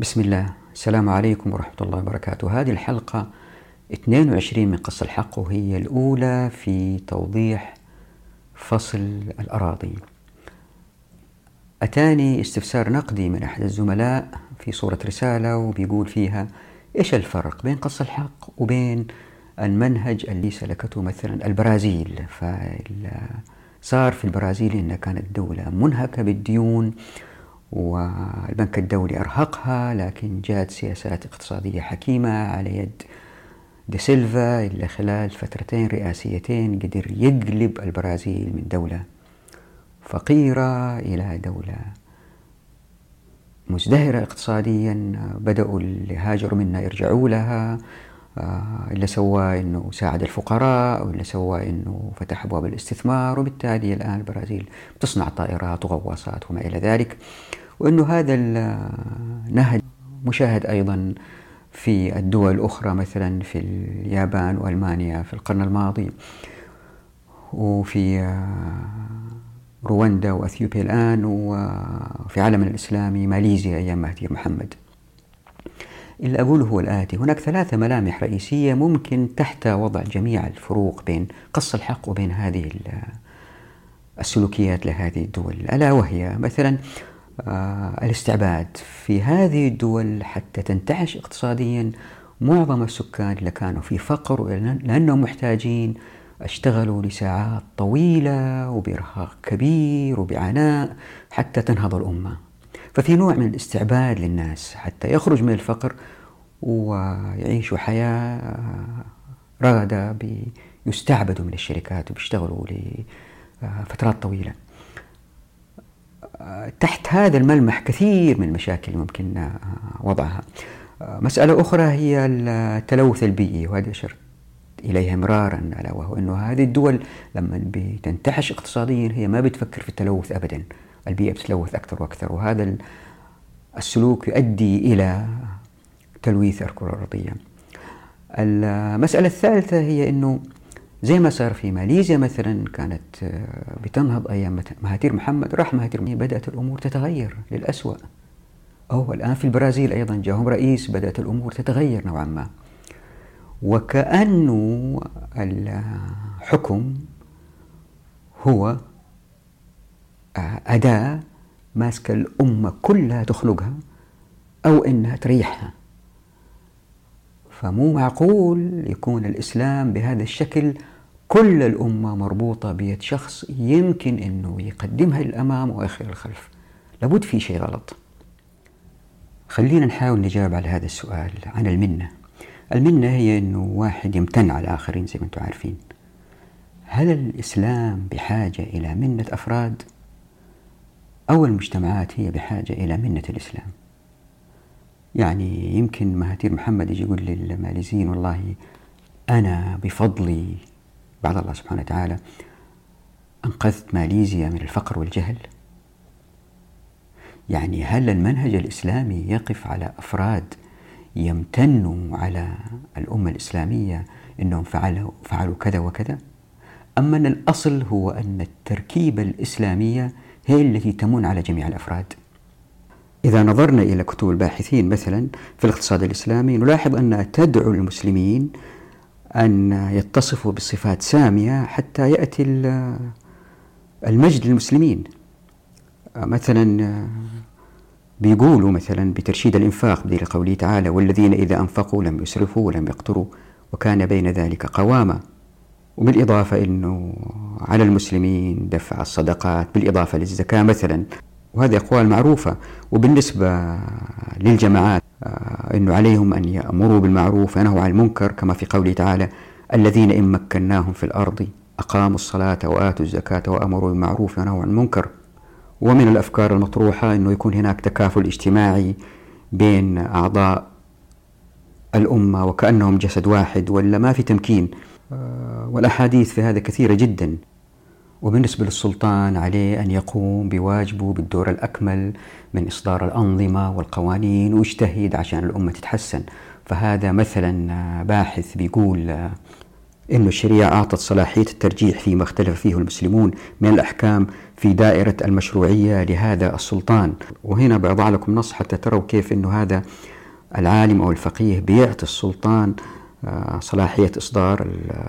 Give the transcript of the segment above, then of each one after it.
بسم الله، السلام عليكم ورحمة الله وبركاته. هذه الحلقة 22 من قص الحق، وهي الأولى في توضيح فصل الأراضي. أتاني استفسار نقدي من أحد الزملاء في صورة رسالة، وبيقول فيها إيش الفرق بين قص الحق وبين المنهج اللي سلكته مثلا البرازيل. صار في البرازيل إنها كانت دولة منهكة بالديون، والبنك الدولي أرهقها، لكن جاءت سياسات اقتصادية حكيمة على يد دي سيلفا اللي خلال فترتين رئاسيتين قدر يقلب البرازيل من دولة فقيرة إلى دولة مزدهرة اقتصاديا. بدأوا اللي هاجروا منها يرجعوا لها، اللي سواه أنه ساعد الفقراء، واللي سواه أنه فتح أبواب الاستثمار، وبالتالي الآن البرازيل تصنع طائرات وغواصات وما إلى ذلك. وأنه هذا النهج مشاهد أيضا في الدول الأخرى، مثلا في اليابان وألمانيا في القرن الماضي، وفي رواندا وأثيوبيا الآن، وفي عالمنا الإسلامي ماليزيا أيام مهدير محمد. اللي أقوله هو الآتي: هناك 3 ملامح رئيسية ممكن تحت وضع جميع الفروق بين قص الحق وبين هذه السلوكيات لهذه الدول، ألا وهي مثلا الاستعباد. في هذه الدول حتى تنتعش اقتصاديا، معظم السكان اللي كانوا في فقر لأنهم محتاجين اشتغلوا لساعات طويلة وبإرهاق كبير وبعناء حتى تنهض الأمة. ففي نوع من الاستعباد للناس حتى يخرج من الفقر ويعيشوا حياة رغدة، يستعبدوا من الشركات وبيشتغلوا لفترات طويلة. تحت هذا الملمح كثير من المشاكل ممكن وضعها. مسألة أخرى هي التلوث البيئي، وهذا أشرت إليها مرارا، ألا وهو أنه هذه الدول لما بتنتعش اقتصاديا هي ما بتفكر في التلوث أبدا، البيئة بتتلوث أكثر وأكثر، وهذا السلوك يؤدي إلى تلويث الكرة الأرضية. المسألة الثالثة هي أنه زي ما صار في ماليزيا مثلا، كانت بتنهض أيام مهاتير محمد، راح مهاتير بدأت الأمور تتغير للأسوأ. الآن في البرازيل أيضا جاءهم رئيس، بدأت الأمور تتغير نوعا ما، وكأنه الحكم هو أداة ماسكة الأمة كلها تخلقها أو إنها تريحها. فمو معقول يكون الإسلام بهذا الشكل، كل الأمة مربوطة بيد شخص يمكن أنه يقدمها للأمام ويأخر الخلف. لابد في شيء غلط. خلينا نحاول نجاوب على هذا السؤال عن المنة. المنة هي أنه واحد يمتن على الآخرين زي ما أنتم عارفين. هل الإسلام بحاجة إلى منة أفراد، أو المجتمعات هي بحاجة إلى منة الإسلام؟ يعني يمكن مهاتير محمد يجي يقول للماليزيين: والله أنا بفضلي بعد الله سبحانه وتعالى أنقذت ماليزيا من الفقر والجهل. يعني هل المنهج الإسلامي يقف على أفراد يمتنوا على الأمة الإسلامية أنهم فعلوا كذا وكذا؟ أما أن الأصل هو أن التركيبة الإسلامية هي التي تمن على جميع الأفراد. إذا نظرنا إلى كتب الباحثين مثلا في الاقتصاد الإسلامي، نلاحظ أنها تدعو المسلمين أن يتصفوا بصفات سامية حتى يأتي المجد للمسلمين. مثلا بيقولوا مثلا بترشيد الإنفاق بدليل قوله تعالى: والذين إذا أنفقوا لم يسرفوا ولم يقتروا وكان بين ذلك قواما. وبالإضافة أنه على المسلمين دفع الصدقات بالإضافة للزكاة مثلا، وهذه أقوال معروفة. وبالنسبة للجماعات أنه عليهم أن يأمروا بالمعروف وينهوا عن المنكر، كما في قوله تعالى: الذين إن مكناهم في الأرض أقاموا الصلاة وآتوا الزكاة وأمروا بالمعروف وينهوا عن المنكر. ومن الأفكار المطروحة أنه يكون هناك تكافل اجتماعي بين أعضاء الأمة وكأنهم جسد واحد، ولا ما في تمكين. والأحاديث في هذا كثيرة جدا. وبالنسبة للسلطان عليه أن يقوم بواجبه بالدور الأكمل من إصدار الأنظمة والقوانين ويجتهد عشان الأمة تتحسن. فهذا مثلا باحث بيقول أن الشريعة أعطت صلاحية الترجيح فيما اختلف فيه المسلمون من الأحكام في دائرة المشروعية لهذا السلطان. وهنا بأضع لكم نص حتى تروا كيف أن هذا العالم أو الفقيه بيعطي السلطان صلاحية إصدار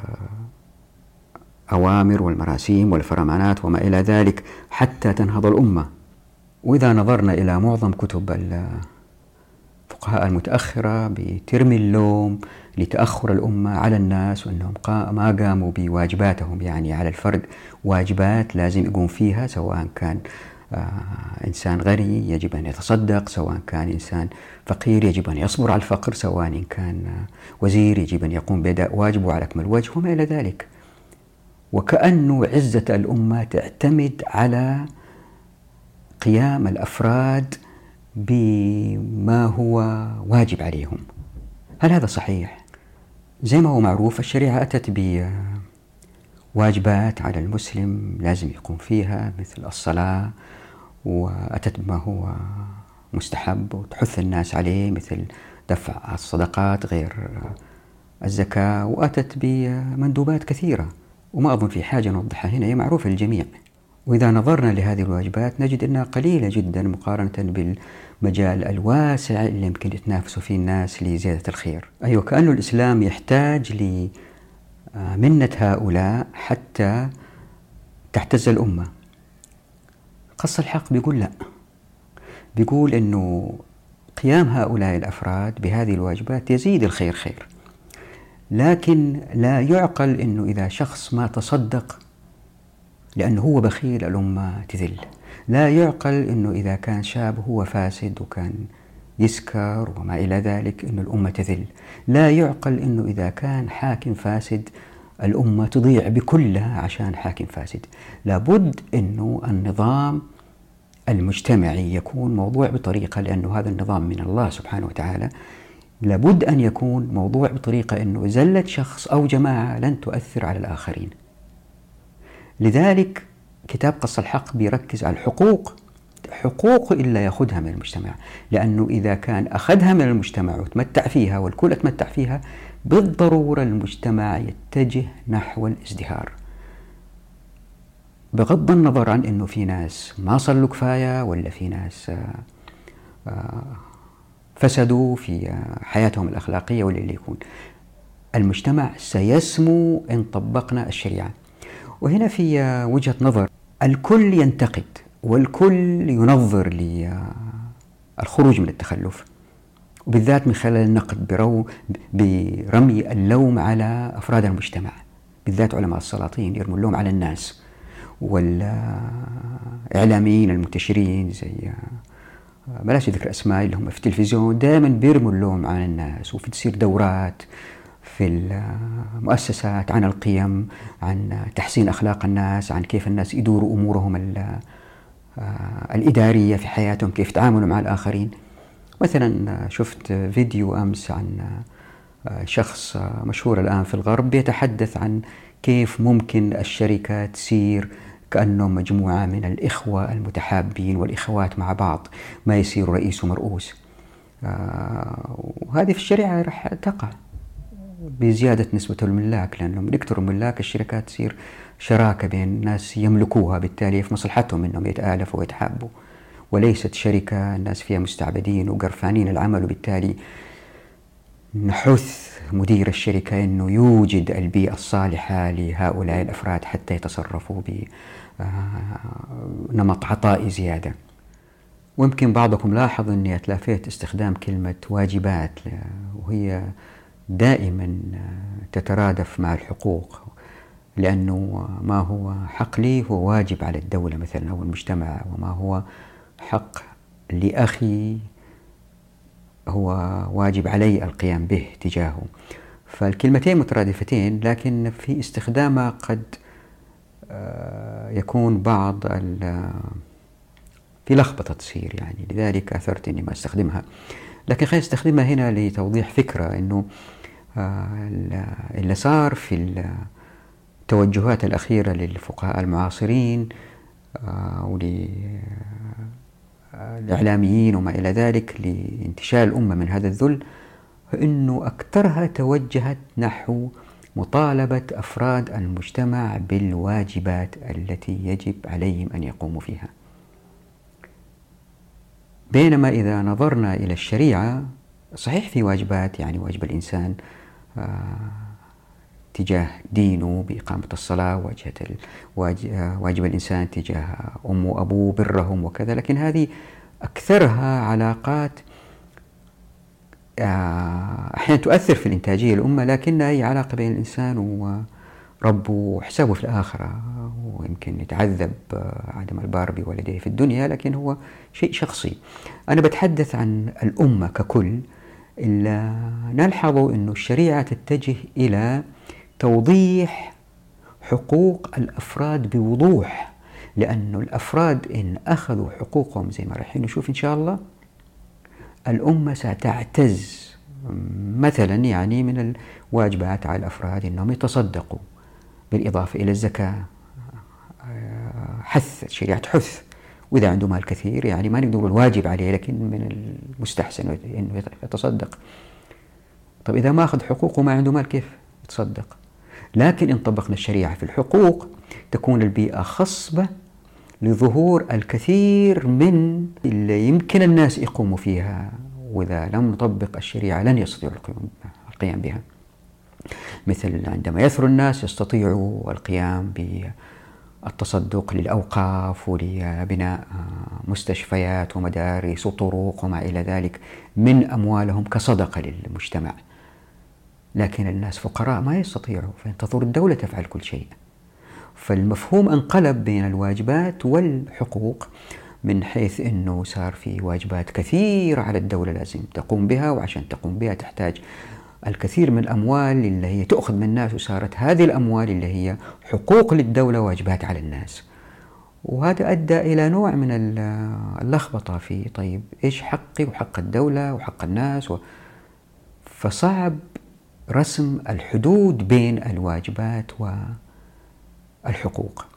الأوامر والمراسيم والفرمانات وما إلى ذلك حتى تنهض الأمة. وإذا نظرنا إلى معظم كتب الفقهاء المتأخرة بترمي اللوم لتأخر الأمة على الناس وأنهم ما قاموا بواجباتهم، يعني على الفرد واجبات لازم يقوم فيها، سواء كان إنسان غني يجب أن يتصدق، سواء كان إنسان فقير يجب أن يصبر على الفقر، سواء إن كان وزير يجب أن يقوم بأداء واجبه على أكمل وجه وما إلى ذلك. وكأنه عزة الأمة تعتمد على قيام الأفراد بما هو واجب عليهم. هل هذا صحيح؟ زي ما هو معروف الشريعة أتت بواجبات على المسلم لازم يقوم فيها مثل الصلاة، وأتت بما هو مستحب وتحث الناس عليه مثل دفع الصدقات غير الزكاة، وأتت بمندوبات كثيرة وما أظن في حاجة نوضحها هنا، هي معروفة للجميع. وإذا نظرنا لهذه الواجبات نجد أنها قليلة جدا مقارنة بالمجال الواسع اللي يمكن يتنافسوا فيه الناس لزيادة الخير. أيوة، كأنه الإسلام يحتاج لمنة هؤلاء حتى تحتز الأمة. قص الحق بيقول لا، بيقول أنه قيام هؤلاء الأفراد بهذه الواجبات يزيد الخير خير، لكن لا يعقل أنه إذا شخص ما تصدق لأنه هو بخيل الأمة تذل. لا يعقل أنه إذا كان شاب هو فاسد وكان يسكر وما إلى ذلك أنه الأمة تذل. لا يعقل أنه إذا كان حاكم فاسد الأمة تضيع بكلها عشان حاكم فاسد. لابد أنه النظام المجتمعي يكون موضوع بطريقة، لأنه هذا النظام من الله سبحانه وتعالى، لابد أن يكون موضوع بطريقة أنه زلة شخص أو جماعة لن تؤثر على الآخرين. لذلك كتاب قص الحق بيركز على حقوق إلا يأخذها من المجتمع، لأنه إذا كان أخذها من المجتمع وتمتع فيها والكل اتمتع فيها بالضرورة المجتمع يتجه نحو الازدهار، بغض النظر عن أنه في ناس ما صلوا كفاية ولا في ناس فسدوا في حياتهم الأخلاقية ولا اللي يكون. المجتمع سيسمو إن طبقنا الشريعة. وهنا في وجهة نظر الكل ينتقد والكل ينظر للخروج من التخلف، وبالذات من خلال النقد برمي اللوم على أفراد المجتمع، بالذات علماء السلاطين يرموا اللوم على الناس، والإعلاميين المنتشرين زي بلاش ذكر أسماء اللي هم في التلفزيون دائما بيرموا اللوم على الناس، وفي تصير دورات في المؤسسات عن القيم، عن تحسين أخلاق الناس، عن كيف الناس يدوروا أمورهم الإدارية في حياتهم، كيف يتعاملوا مع الآخرين. مثلا شفت فيديو أمس عن شخص مشهور الآن في الغرب بيتحدث عن كيف ممكن الشركة تسير كأنهم مجموعة من الإخوة المتحابين والإخوات مع بعض، ما يصير رئيس ومرؤوس. وهذه في الشريعة رح تقع بزيادة نسبة الملاك، لأنهم يكثروا الملاك الشركات تصير شراكة بين ناس يملكوها، بالتالي في مصلحتهم أنهم يتآلفوا ويتحابوا، وليست شركة الناس فيها مستعبدين وقرفانين العمل. وبالتالي نحث مدير الشركة أنه يوجد البيئة الصالحة لهؤلاء الأفراد حتى يتصرفوا بنمط عطائي زيادة. ويمكن بعضكم لاحظ أني أتلافيت استخدام كلمة واجبات، وهي دائما تترادف مع الحقوق، لأنه ما هو حق لي هو واجب على الدولة مثلا أو المجتمع، وما هو حق لأخي هو واجب علي القيام به تجاهه. فالكلمتين مترادفتين، لكن في استخدامها قد يكون في لخبطة تصير، يعني لذلك أثرت أني ما استخدمها. لكن خلينا استخدمها هنا لتوضيح فكرة، أنه اللي صار في التوجهات الأخيرة للفقهاء المعاصرين وللإعلاميين وما إلى ذلك لانتشال الأمة من هذا الذل، أنه أكثرها توجهت نحو مطالبة أفراد المجتمع بالواجبات التي يجب عليهم أن يقوموا فيها. بينما إذا نظرنا إلى الشريعة، صحيح في واجبات، يعني واجب الإنسان تجاه دينه بإقامة الصلاة، واجب الإنسان تجاه أمه وأبوه برهم وكذا، لكن هذه أكثرها علاقات أحيانا تؤثر في الإنتاجية الأمة، لكنها هي علاقة بين الإنسان وربه وحسابه في الآخرة، ويمكن يتعذب عدم البار بوالديه في الدنيا، لكن هو شيء شخصي. أنا بتحدث عن الأمة ككل. إلا نلحظ أن الشريعة تتجه إلى توضيح حقوق الأفراد بوضوح، لأن الأفراد إن أخذوا حقوقهم زي ما رايحين نشوف إن شاء الله، الأمة ستعتز. مثلا يعني من الواجبات على الأفراد أنهم يتصدقوا، بالإضافة إلى الزكاة، حث شريعة حث، وإذا عنده مال كثير يعني ما نقدر الواجب عليه، لكن من المستحسن أنه يتصدق. طب إذا ما أخذ حقوقه وما عنده مال كيف يتصدق؟ لكن إن طبقنا الشريعة في الحقوق تكون البيئة خصبة لظهور الكثير من اللي يمكن الناس يقوموا فيها، وإذا لم نطبق الشريعة لن يستطيعوا القيام بها. مثل عندما يثروا الناس يستطيعوا القيام بالتصدق للأوقاف ولبناء مستشفيات ومدارس وطرق وما إلى ذلك من أموالهم كصدقة للمجتمع، لكن الناس فقراء ما يستطيعوا، فينتظر الدولة تفعل كل شيء. فالمفهوم انقلب بين الواجبات والحقوق، من حيث أنه صار في واجبات كثيرة على الدولة لازم تقوم بها، وعشان تقوم بها تحتاج الكثير من الأموال اللي هي تأخذ من الناس، وصارت هذه الأموال اللي هي حقوق للدولة واجبات على الناس. وهذا أدى إلى نوع من اللخبطة في طيب إيش حقي وحق الدولة وحق الناس فصعب رسم الحدود بين الواجبات والحقوق.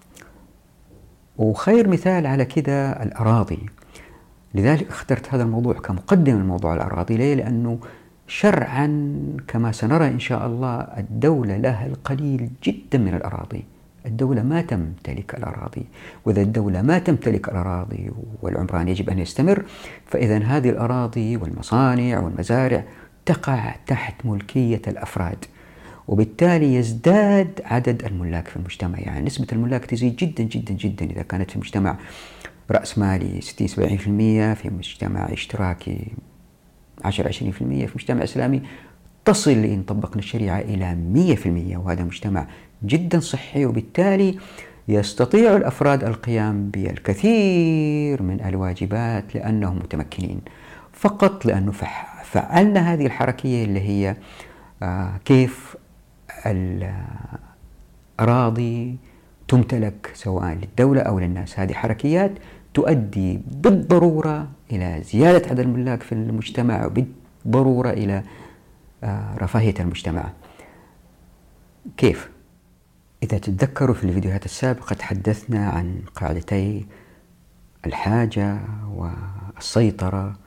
وخير مثال على كده الأراضي. لذلك اخترت هذا الموضوع كمقدمة من موضوع الأراضي. ليه؟ لأنه شرعا كما سنرى إن شاء الله الدولة لها القليل جدا من الأراضي. الدولة ما تمتلك الأراضي، وإذا الدولة ما تمتلك الأراضي والعمران يجب أن يستمر، فإذا هذه الأراضي والمصانع والمزارع تقع تحت ملكية الأفراد، وبالتالي يزداد عدد الملاك في المجتمع. يعني نسبة الملاك تزيد جدا جدا جدا. إذا كانت في مجتمع رأس مالي 60-70%، في مجتمع اشتراكي 10-20%، في مجتمع إسلامي تصل إن طبقنا الشريعة إلى 100%، وهذا مجتمع جدا صحي. وبالتالي يستطيع الأفراد القيام بالكثير من الواجبات لأنهم متمكنين، فقط لأنه فعلنا هذه الحركية اللي هي كيف الأراضي تمتلك سواء للدولة أو للناس. هذه حركيات تؤدي بالضرورة إلى زيادة عدد الملاك في المجتمع، وبالضرورة إلى رفاهية المجتمع. كيف؟ إذا تتذكروا في الفيديوهات السابقة تحدثنا عن قاعدتي الحاجة والسيطرة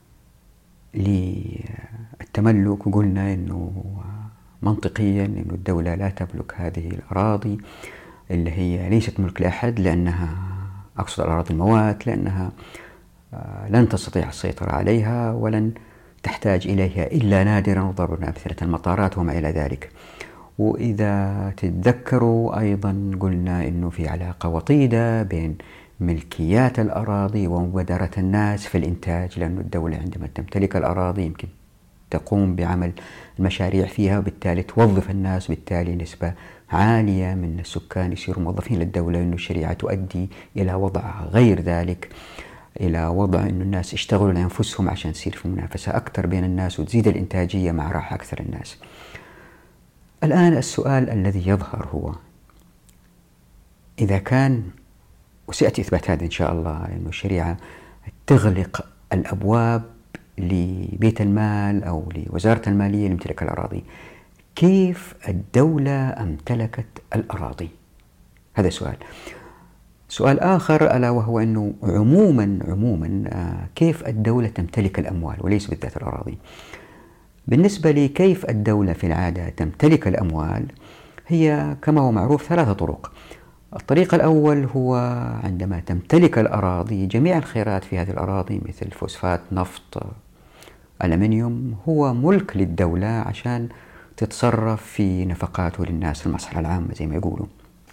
للتملك، وقلنا أنه منطقيا أن الدولة لا تملك هذه الأراضي اللي هي ليست ملك لأحد، لأنها أقصد الأراضي الموات، لأنها لن تستطيع السيطرة عليها ولن تحتاج إليها إلا نادرا، وضربنا أمثلة المطارات وما إلى ذلك. وإذا تتذكروا أيضا قلنا أنه في علاقة وطيدة بين ملكيات الأراضي ومبادرة الناس في الإنتاج، لأن الدولة عندما تمتلك الأراضي يمكن تقوم بعمل المشاريع فيها، وبالتالي توظف الناس، بالتالي نسبة عالية من السكان يصيروا موظفين للدولة. إنه الشريعة تؤدي إلى وضع غير ذلك، إلى وضع إنه الناس يشتغلوا لأنفسهم عشان يصير في منافسة أكثر بين الناس وتزيد الإنتاجية مع راحة أكثر الناس. الآن السؤال الذي يظهر هو إذا كان، وسيأتي إثبات هذا إن شاء الله، إنه الشريعة تغلق الأبواب لبيت المال أو لوزارة المالية لامتلاك الأراضي، كيف الدولة امتلكت الأراضي؟ هذا سؤال. سؤال آخر ألا وهو أنه عموما كيف الدولة تمتلك الأموال وليس بالذات الأراضي؟ بالنسبة لي كيف الدولة في العادة تمتلك الأموال، هي كما هو معروف 3 طرق. الطريق الأول هو عندما تمتلك الأراضي جميع الخيرات في هذه الأراضي مثل فوسفات، نفط، ألمنيوم، هو ملك للدولة عشان تتصرف في نفقاته للناس، المصلحة العامة زي ما يقولوا.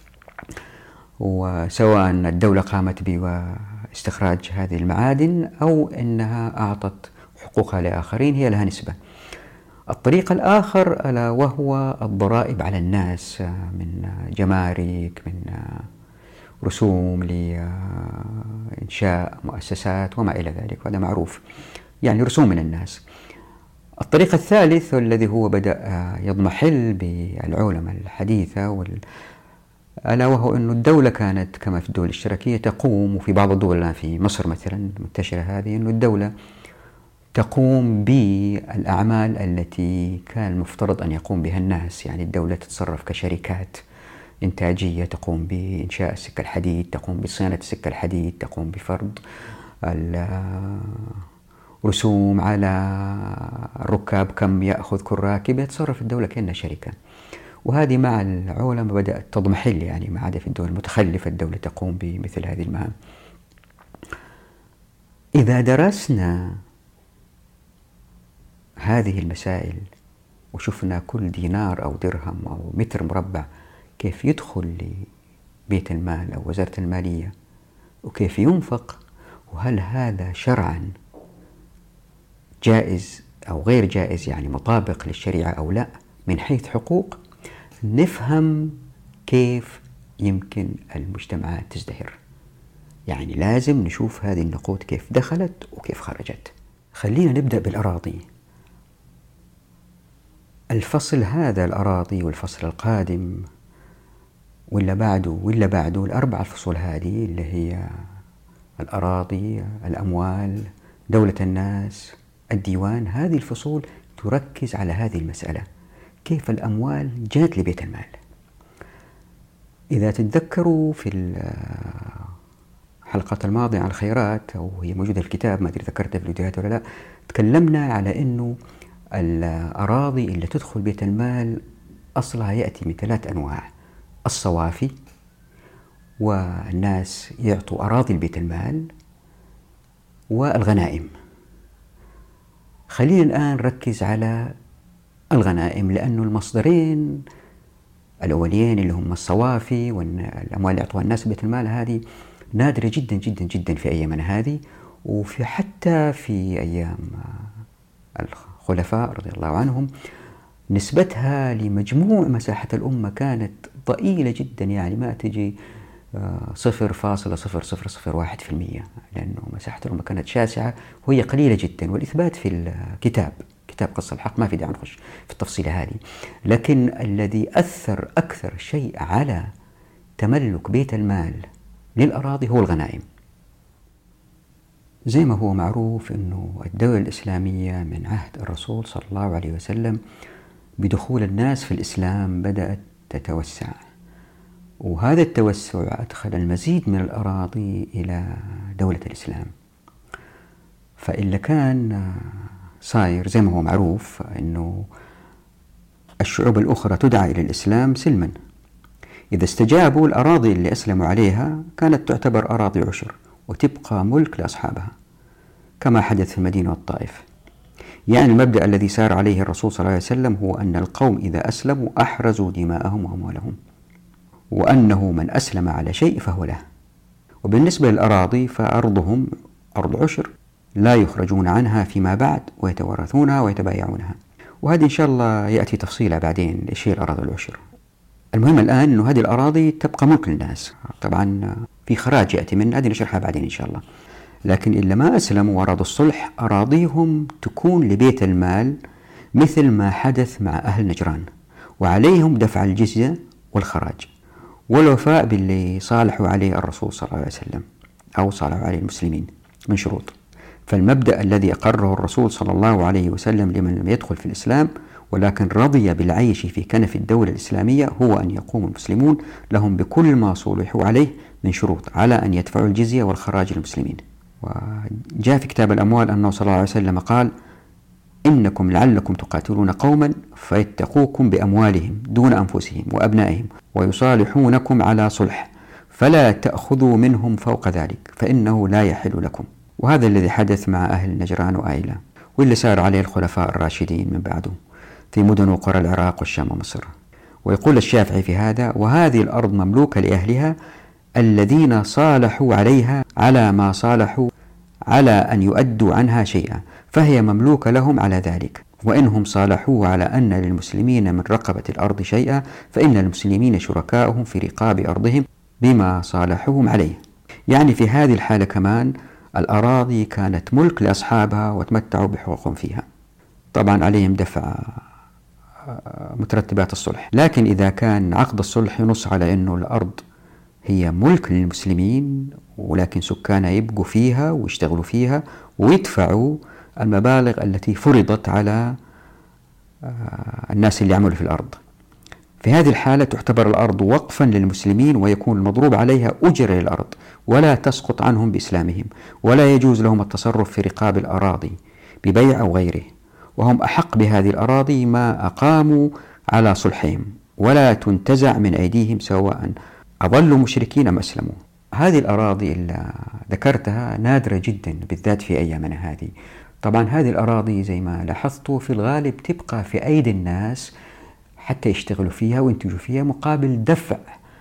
وسواء الدولة قامت باستخراج هذه المعادن أو أنها أعطت حقوقها لآخرين، هي لها نسبة. الطريق الآخر ألا وهو الضرائب على الناس، من جمارك، من رسوم لإنشاء مؤسسات وما إلى ذلك، وهذا معروف، يعني رسوم من الناس. الطريق الثالث والذي هو بدأ يضمحل بالعولمة الحديثة ألا وهو أن الدولة كانت كما في الدول الاشتراكية تقوم، وفي بعض الدول الآن في مصر مثلا منتشرة هذه، أن الدولة تقوم بالأعمال التي كان المفترض أن يقوم بها الناس. يعني الدولة تتصرف كشركات إنتاجية، تقوم بإنشاء السكة الحديد، تقوم بصيانة السكة الحديد، تقوم بفرض الرسوم على الركاب، كم يأخذ كل راكب، يتصرف الدولة كأنها شركة. وهذه مع العولمة بدأت تضمحل، يعني ما عدا في الدول المتخلفة الدولة تقوم بمثل هذه المهام. إذا درسنا هذه المسائل وشفنا كل دينار أو درهم أو متر مربع كيف يدخل لبيت المال أو وزارة المالية وكيف ينفق، وهل هذا شرعا جائز أو غير جائز، يعني مطابق للشريعة أو لا من حيث حقوق، نفهم كيف يمكن المجتمعات تزدهر. يعني لازم نشوف هذه النقود كيف دخلت وكيف خرجت. خلينا نبدأ بالأراضي. الفصل هذا الأراضي والفصل القادم ولا بعده الأربع الفصول هذه اللي هي الأراضي، الأموال، دولة الناس، الديوان، هذه الفصول تركز على هذه المسألة، كيف الأموال جاءت لبيت المال. إذا تتذكروا في الحلقة الماضية عن الخيرات، أو هي موجودة في الكتاب، ما أدري ذكرتها في الفيديوهات ولا لا، تكلمنا على أنه الأراضي اللي تدخل بيت المال أصلها يأتي من 3 أنواع: الصوافي، والناس يعطوا أراضي لبيت المال، والغنائم. خلينا الآن نركز على الغنائم، لأنه المصدرين الأولين اللي هم الصوافي والأموال اللي يعطوها الناس بيت المال هذه نادرة جدا جدا جدا في أيامنا هذه، وفي حتى في أيام الخلفاء رضي الله عنهم نسبتها لمجموع مساحة الأمة كانت ضئيلة جدا، يعني ما تجي 0.0001%، لأنه مساحة الأمة كانت شاسعة وهي قليلة جدا. والإثبات في الكتاب، كتاب قص الحق، ما في داعي نخش في التفصيل هذه. لكن الذي أثر أكثر شيء على تملك بيت المال للأراضي هو الغنائم. زي ما هو معروف أنه الدولة الإسلامية من عهد الرسول صلى الله عليه وسلم بدخول الناس في الإسلام بدأت تتوسع، وهذا التوسع أدخل المزيد من الأراضي إلى دولة الإسلام. فإلا كان صاير زي ما هو معروف أنه الشعوب الأخرى تدعى إلى الإسلام سلما، إذا استجابوا الأراضي اللي أسلموا عليها كانت تعتبر أراضي عشر وتبقى ملك لأصحابها، كما حدث في المدينة والطائف. يعني المبدأ الذي سار عليه الرسول صلى الله عليه وسلم هو أن القوم إذا أسلموا أحرزوا دماءهم وأموالهم، وأنه من أسلم على شيء فهو له. وبالنسبة للأراضي فأرضهم أرض عشر لا يخرجون عنها فيما بعد، ويتورثونها ويتبايعونها. وهذه إن شاء الله يأتي تفصيلها بعدين إيش هي الأراضي العشر. المهم الآن أنه هذه الأراضي تبقى ملك للناس، طبعا في خراج يأتي من هذه نشرحها بعدين إن شاء الله. لكن إلا ما أسلموا وأرادوا الصلح أراضيهم تكون لبيت المال، مثل ما حدث مع أهل نجران، وعليهم دفع الجزية والخراج والوفاء باللي صالحوا عليه الرسول صلى الله عليه وسلم أو صالحوا عليه المسلمين من شروط. فالمبدأ الذي أقره الرسول صلى الله عليه وسلم لمن لم يدخل في الإسلام ولكن رضي بالعيش في كنف الدولة الإسلامية هو أن يقوم المسلمون لهم بكل ما صلحوا عليه من شروط، على أن يدفعوا الجزية والخراج للمسلمين. وجاء في كتاب الأموال أنه صلى الله عليه وسلم قال: إنكم لعلكم تقاتلون قوما فيتقوكم بأموالهم دون أنفسهم وأبنائهم ويصالحونكم على صلح فلا تأخذوا منهم فوق ذلك فإنه لا يحل لكم. وهذا الذي حدث مع أهل نجران وآيلة، واللي سار عليه الخلفاء الراشدين من بعده في مدن وقرى العراق والشام ومصر. ويقول الشافعي في هذا: وهذه الأرض مملوكة لأهلها الذين صالحوا عليها على ما صالحوا على أن يؤدوا عنها شيئا، فهي مملوكة لهم على ذلك. وإنهم صالحوا على أن للمسلمين من رقبة الأرض شيئا فإن المسلمين شركاؤهم في رقاب أرضهم بما صالحوهم عليه. يعني في هذه الحالة كمان الأراضي كانت ملك لأصحابها وتمتعوا بحقوقهم فيها، طبعا عليهم دفع مترتبات الصلح. لكن إذا كان عقد الصلح ينص على أنه الأرض هي ملك للمسلمين ولكن سكانها يبقوا فيها ويشتغلوا فيها ويدفعوا المبالغ التي فرضت على الناس اللي يعملوا في الأرض، في هذه الحالة تعتبر الأرض وقفا للمسلمين ويكون المضروب عليها أجر للأرض ولا تسقط عنهم بإسلامهم، ولا يجوز لهم التصرف في رقاب الأراضي ببيع أو غيره، وهم أحق بهذه الأراضي ما أقاموا على صلحهم، ولا تنتزع من أيديهم سواء أظلوا مشركين أم أسلموا. هذه الأراضي اللي ذكرتها نادرة جدا بالذات في أيامنا هذه. طبعا هذه الأراضي زي ما لاحظتوا في الغالب تبقى في أيدي الناس حتى يشتغلوا فيها وينتجوا فيها مقابل دفع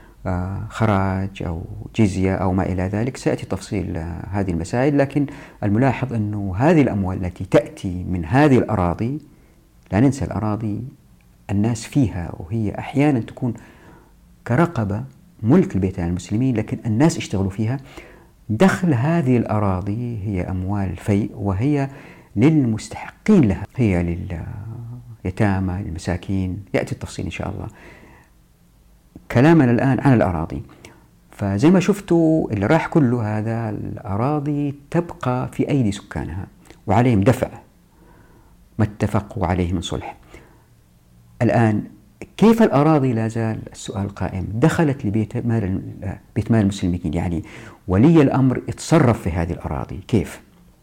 خراج أو جزية أو ما إلى ذلك. سيأتي تفصيل هذه المسائل، لكن الملاحظ أنه هذه الأموال التي تأتي من هذه الأراضي، لا ننسى الأراضي الناس فيها وهي أحيانا تكون كرقبة ملك البيت المسلمين لكن الناس اشتغلوا فيها. دخل هذه الأراضي هي أموال فيء وهي للمستحقين لها، هي لليتامى للمساكين. يأتي التفصيل إن شاء الله. كلامنا الآن عن الأراضي، فزي ما شفتوا اللي راح كله هذا الأراضي تبقى في أيدي سكانها وعليهم دفع ما اتفقوا عليه من صلح. الآن كيف الأراضي لا زال السؤال قائم دخلت لبيت مال المسلمين؟ يعني ولي الأمر يتصرف في هذه الأراضي كيف؟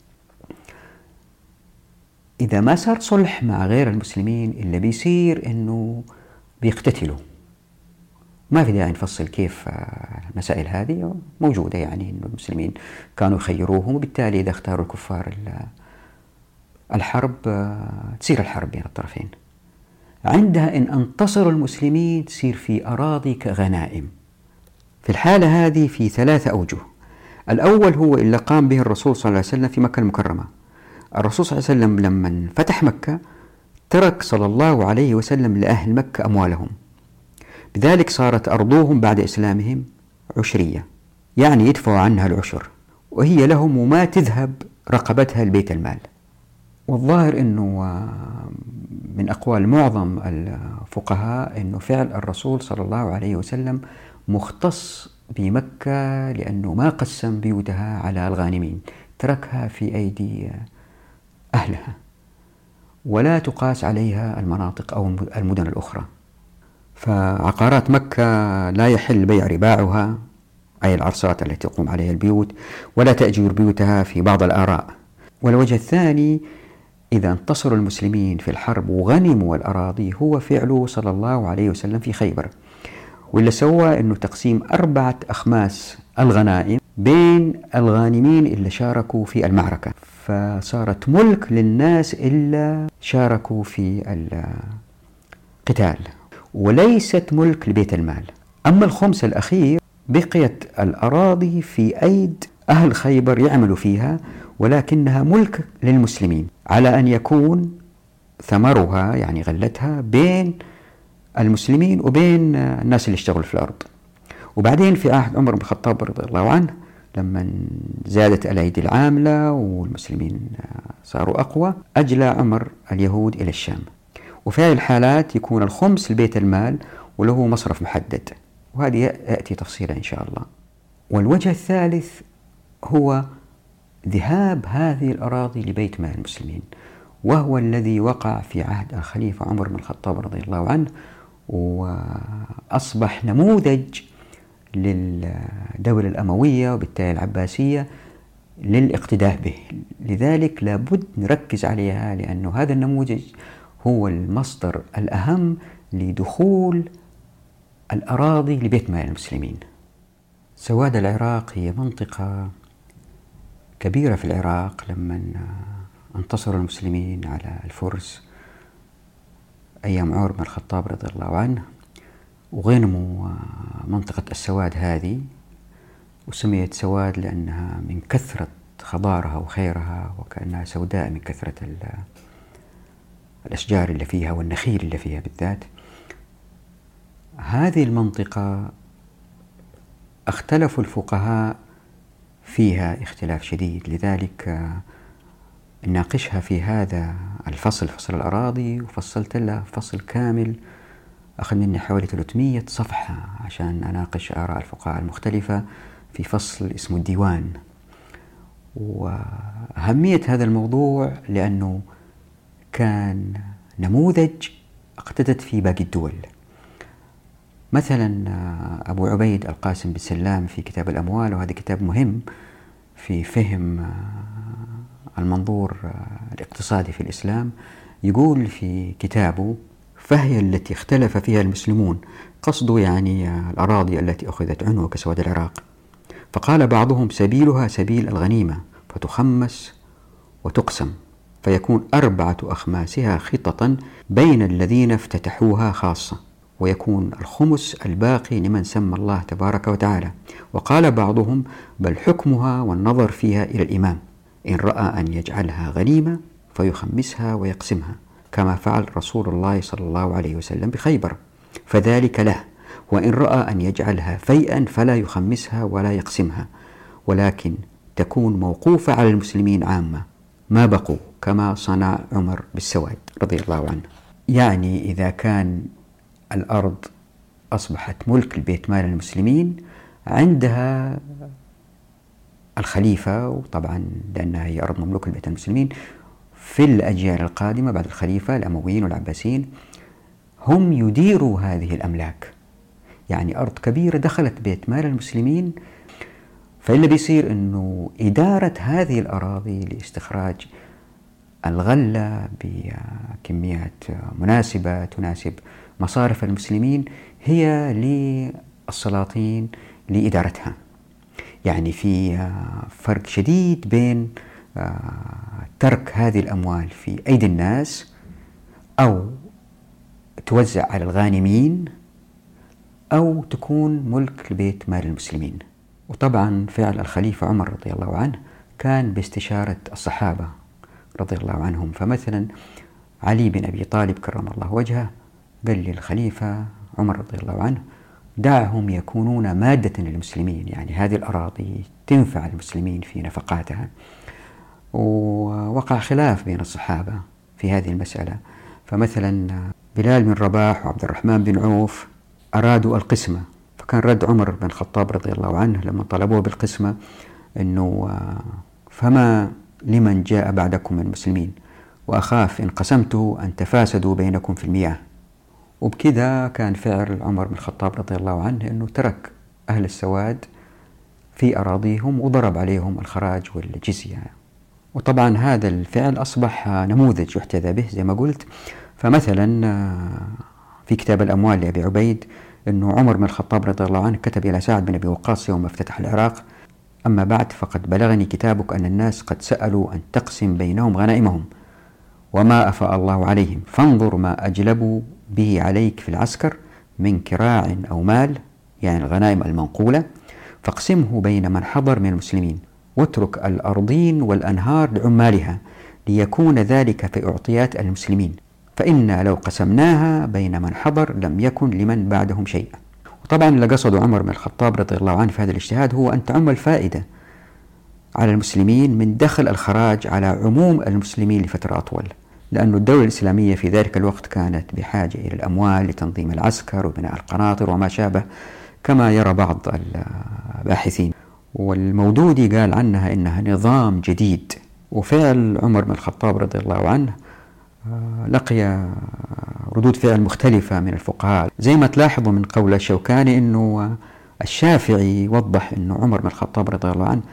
إذا ما صار صلح مع غير المسلمين اللي بيصير إنه بيقتتلوا. ما في داعي نفصل كيف المسائل هذه موجودة، يعني إنه المسلمين كانوا يخيروهم وبالتالي إذا اختاروا الكفار الحرب تصير الحرب بين الطرفين. عندها إن انتصروا المسلمين تصير في أراضي كغنائم. في الحالة هذه في 3 أوجه. الأول هو اللي قام به الرسول صلى الله عليه وسلم في مكة المكرمة. الرسول صلى الله عليه وسلم لما فتح مكة ترك صلى الله عليه وسلم لأهل مكة أموالهم، بذلك صارت أرضهم بعد إسلامهم عشرية، يعني يدفعوا عنها العشر وهي لهم وما تذهب رقبتها لبيت المال. والظاهر أنه من أقوال معظم الفقهاء أنه فعل الرسول صلى الله عليه وسلم مختص بمكة لأنه ما قسم بيوتها على الغانمين، تركها في أيدي أهلها ولا تقاس عليها المناطق أو المدن الأخرى. فعقارات مكة لا يحل بيع رباعها أي العرصات التي تقوم عليها البيوت، ولا تأجير بيوتها في بعض الآراء. والوجه الثاني إذا انتصروا المسلمين في الحرب وغنموا الأراضي هو فعله صلى الله عليه وسلم في خيبر، واللي سوى أنه تقسيم 4 أخماس الغنائم بين الغانمين اللي شاركوا في المعركة، فصارت ملك للناس اللي شاركوا في القتال وليست ملك لبيت المال. أما الخمس الأخير بقيت الأراضي في أيد أهل خيبر يعملوا فيها، ولكنها ملك للمسلمين على أن يكون ثمرها يعني غلتها بين المسلمين وبين الناس اللي اشتغلوا في الأرض. وبعدين في عهد عمر بن الخطاب رضي الله عنه لما زادت الأيدي العاملة والمسلمين صاروا أقوى أجلى عمر اليهود إلى الشام، وفي هذه الحالات يكون الخمس لبيت المال وله مصرف محدد، وهذه يأتي تفصيلا إن شاء الله. والوجه الثالث هو ذهاب هذه الأراضي لبيت مال المسلمين، وهو الذي وقع في عهد الخليفة عمر بن الخطاب رضي الله عنه، وأصبح نموذج للدولة الأموية وبالتالي العباسية للاقتداء به. لذلك لابد نركز عليها، لأن هذا النموذج هو المصدر الأهم لدخول الأراضي لبيت مال المسلمين. سواد العراق هي منطقة كبيرة في العراق. لما انتصر المسلمين على الفرس أيام عمر بن الخطاب رضي الله عنه، وغنموا منطقة السواد هذه، وسميت سواد لأنها من كثرة خضارها وخيرها، وكأنها سوداء من كثرة الأشجار اللي فيها والنخيل اللي فيها بالذات. هذه المنطقة اختلفوا الفقهاء فيها اختلاف شديد، لذلك نناقشها في هذا الفصل، فصل الأراضي، وفصلت لها فصل كامل أخذ مني حوالي 300 صفحة عشان أناقش آراء الفقهاء المختلفة في فصل اسمه الديوان. وأهمية هذا الموضوع لأنه كان نموذج اقتدت فيه باقي الدول. مثلا أبو عبيد القاسم بن سلام في كتاب الأموال، وهذا كتاب مهم في فهم المنظور الاقتصادي في الإسلام، يقول في كتابه: فهي التي اختلف فيها المسلمون، قصده يعني الأراضي التي أخذت عنوة كسواد العراق. فقال بعضهم: سبيلها سبيل الغنيمة، فتخمس وتقسم، فيكون 4 أخماسها خطة بين الذين افتتحوها خاصة، ويكون الخمس الباقي لمن سمى الله تبارك وتعالى. وقال بعضهم: بل حكمها والنظر فيها إلى الإمام، إن رأى أن يجعلها غنيمة فيخمسها ويقسمها، كما فعل رسول الله صلى الله عليه وسلم بخيبر، فذلك له. وإن رأى أن يجعلها فيئا فلا يخمسها ولا يقسمها، ولكن تكون موقوفة على المسلمين عامة ما بقوا، كما صنع عمر بالسواد رضي الله عنه. يعني إذا كان الأرض أصبحت ملك البيت مال المسلمين، عندها الخليفة، وطبعا لأنها هي أرض مملوكة لبيت المسلمين، في الأجيال القادمة بعد الخليفة الأمويين والعباسيين هم يديروا هذه الأملاك. يعني أرض كبيرة دخلت بيت مال المسلمين، فإلا بيصير أنه إدارة هذه الأراضي لاستخراج الغلة بكميات مناسبة تناسب مصارف المسلمين هي للسلاطين لإدارتها. يعني في فرق شديد بين ترك هذه الأموال في أيدي الناس أو توزع على الغانمين أو تكون ملك لبيت مال المسلمين. وطبعا فعل الخليفة عمر رضي الله عنه كان باستشارة الصحابة رضي الله عنهم. فمثلا علي بن أبي طالب كرم الله وجهه قال للخليفة عمر رضي الله عنه: دعهم يكونون مادة للمسلمين، يعني هذه الأراضي تنفع المسلمين في نفقاتها. ووقع خلاف بين الصحابة في هذه المسألة. فمثلا بلال بن رباح وعبد الرحمن بن عوف أرادوا القسمة، فكان رد عمر بن الخطاب رضي الله عنه لما طلبوه بالقسمة أنه: فما لمن جاء بعدكم من المسلمين، وأخاف إن قسمته أن تفاسدوا بينكم في المياه. وبكذا كان فعل عمر بن الخطاب رضي الله عنه أنه ترك أهل السواد في أراضيهم وضرب عليهم الخراج والجزية. وطبعا هذا الفعل أصبح نموذج يحتذى به زي ما قلت. فمثلا في كتاب الأموال لأبي عبيد أنه عمر بن الخطاب رضي الله عنه كتب إلى سعد بن أبي وقاص يوم افتتح العراق: أما بعد، فقد بلغني كتابك أن الناس قد سألوا أن تقسم بينهم غنائمهم وما أفاء الله عليهم، فانظر ما أجلبوا به عليك في العسكر من كراع أو مال، يعني الغنائم المنقولة، فاقسمه بين من حضر من المسلمين، واترك الأرضين والأنهار لعمالها، ليكون ذلك في أعطيات المسلمين، فإنا لو قسمناها بين من حضر لم يكن لمن بعدهم شيئا. وطبعا اللي قصده عمر بن الخطاب رضي الله عنه في هذا الاجتهاد هو أن تعم الفائدة على المسلمين من دخل الخراج على عموم المسلمين لفترة أطول، لأن الدولة الإسلامية في ذلك الوقت كانت بحاجة إلى الأموال لتنظيم العسكر وبناء القناطر وما شابه، كما يرى بعض الباحثين. والمودودي قال عنها إنها نظام جديد. وفعل عمر بن الخطاب رضي الله عنه لقي ردود فعل مختلفة من الفقهاء، زي ما تلاحظوا من قول الشوكاني إنه الشافعي وضح إنه عمر بن الخطاب رضي الله عنه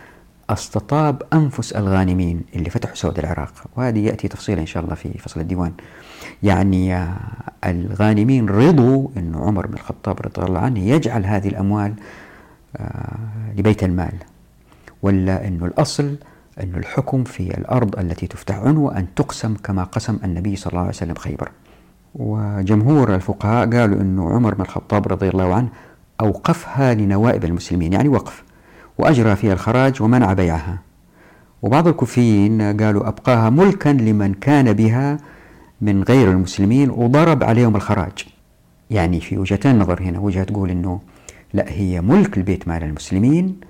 استطاب أنفس الغانمين اللي فتحوا سود العراق، وهذه يأتي تفصيلا إن شاء الله في فصل الديوان. يعني الغانمين رضوا أن عمر بن الخطاب رضي الله عنه يجعل هذه الأموال لبيت المال، ولا أنه الأصل أن الحكم في الأرض التي تفتح عنوة أن تقسم كما قسم النبي صلى الله عليه وسلم خيبر. وجمهور الفقهاء قالوا أنه عمر بن الخطاب رضي الله عنه أوقفها لنوائب المسلمين، يعني وقف، وأجرى فيها الخراج ومنع بيعها. وبعض الكوفيين قالوا أبقاها ملكا لمن كان بها من غير المسلمين وضرب عليهم الخراج. يعني في وجهتين نظر هنا، وجهة تقول أنه لا، هي ملك البيت مال المسلمين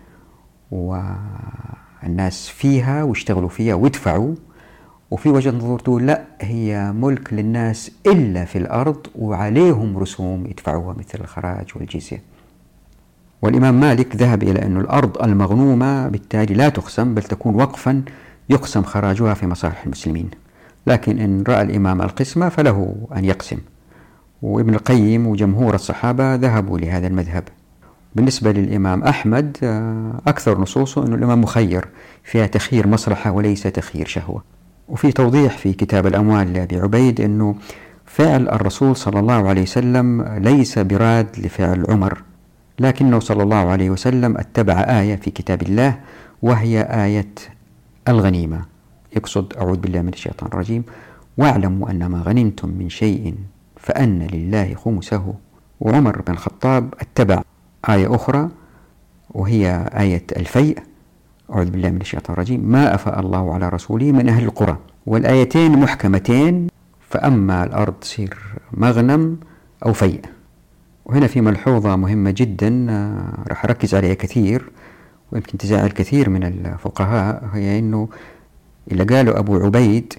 والناس فيها واشتغلوا فيها وادفعوا، وفي وجهة نظر تقول لا، هي ملك للناس إلا في الأرض وعليهم رسوم يدفعوها مثل الخراج والجزية. والإمام مالك ذهب إلى أن الأرض المغنومة بالتالي لا تقسم، بل تكون وقفا يقسم خراجها في مصالح المسلمين، لكن إن رأى الإمام القسمة فله أن يقسم. وابن القيم وجمهور الصحابة ذهبوا لهذا المذهب. بالنسبة للإمام أحمد أكثر نصوصه أن الإمام مخير، فيها تخيير مصلحة وليس تخيير شهوة. وفي توضيح في كتاب الأموال لأبي عبيد أنه فعل الرسول صلى الله عليه وسلم ليس براد لفعل عمر، لكنه صلى الله عليه وسلم اتبع آية في كتاب الله، وهي آية الغنيمة، يقصد أعوذ بالله من الشيطان الرجيم: واعلموا أن ما غنمتم من شيء فأن لله خمسه. وعمر بن الخطاب اتبع آية أخرى وهي آية الفيء: أعوذ بالله من الشيطان الرجيم: ما أفاء الله على رسوله من أهل القرى. والآيتين محكمتين، فأما الأرض تصير مغنم أو فيء. وهنا في ملحوظة مهمة جدا راح أركز عليها كثير ويمكن تزعل كثير من الفقهاء، هي أنه اللي قاله أبو عبيد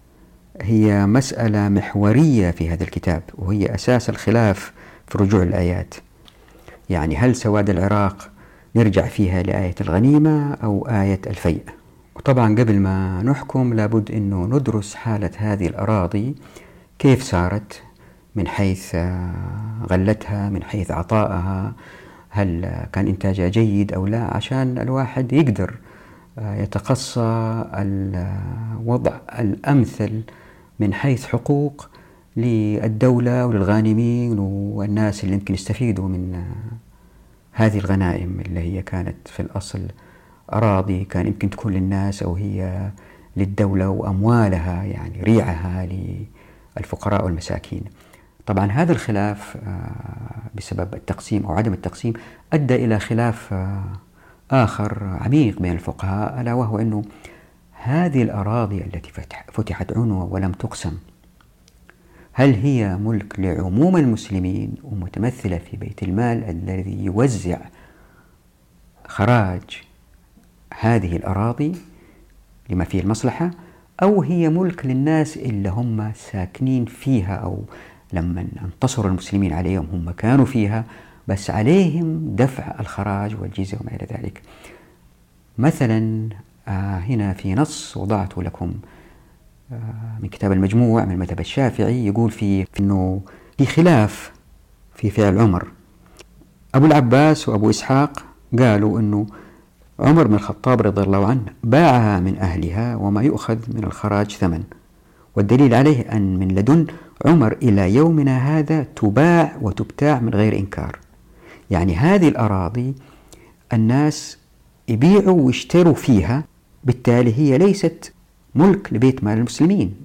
هي مسألة محورية في هذا الكتاب، وهي أساس الخلاف في رجوع الآيات. يعني هل سواد العراق نرجع فيها لآية الغنيمة أو آية الفيء؟ وطبعا قبل ما نحكم لابد أنه ندرس حالة هذه الأراضي كيف صارت، من حيث غلتها، من حيث عطائها، هل كان إنتاجها جيد أو لا، عشان الواحد يقدر يتقصى الوضع الأمثل من حيث حقوق للدولة وللغانمين والناس اللي يمكن يستفيدوا من هذه الغنائم اللي هي كانت في الأصل أراضي كان يمكن تكون للناس أو هي للدولة، وأموالها يعني ريعها للفقراء والمساكين. طبعا هذا الخلاف بسبب التقسيم أو عدم التقسيم أدى إلى خلاف آخر عميق بين الفقهاء، ألا وهو أنه هذه الأراضي التي فتحت عنوة ولم تقسم، هل هي ملك لعموم المسلمين ومتمثلة في بيت المال الذي يوزع خراج هذه الأراضي لما فيه المصلحة، أو هي ملك للناس اللي هم ساكنين فيها، أو لما انتصر المسلمين عليهم هم كانوا فيها بس عليهم دفع الخراج والجزية وما إلى ذلك. مثلا هنا في نص وضعته لكم من كتاب المجموع من المذهب الشافعي، يقول فيه أنه في خلاف في فعل عمر. أبو العباس وأبو إسحاق قالوا أنه عمر بن الخطاب رضي الله عنه باعها من أهلها وما يؤخذ من الخراج ثمن، والدليل عليه أن من لدن عمر إلى يومنا هذا تباع وتبتاع من غير إنكار. يعني هذه الأراضي الناس يبيعوا ويشتروا فيها، بالتالي هي ليست ملك لبيت مال المسلمين.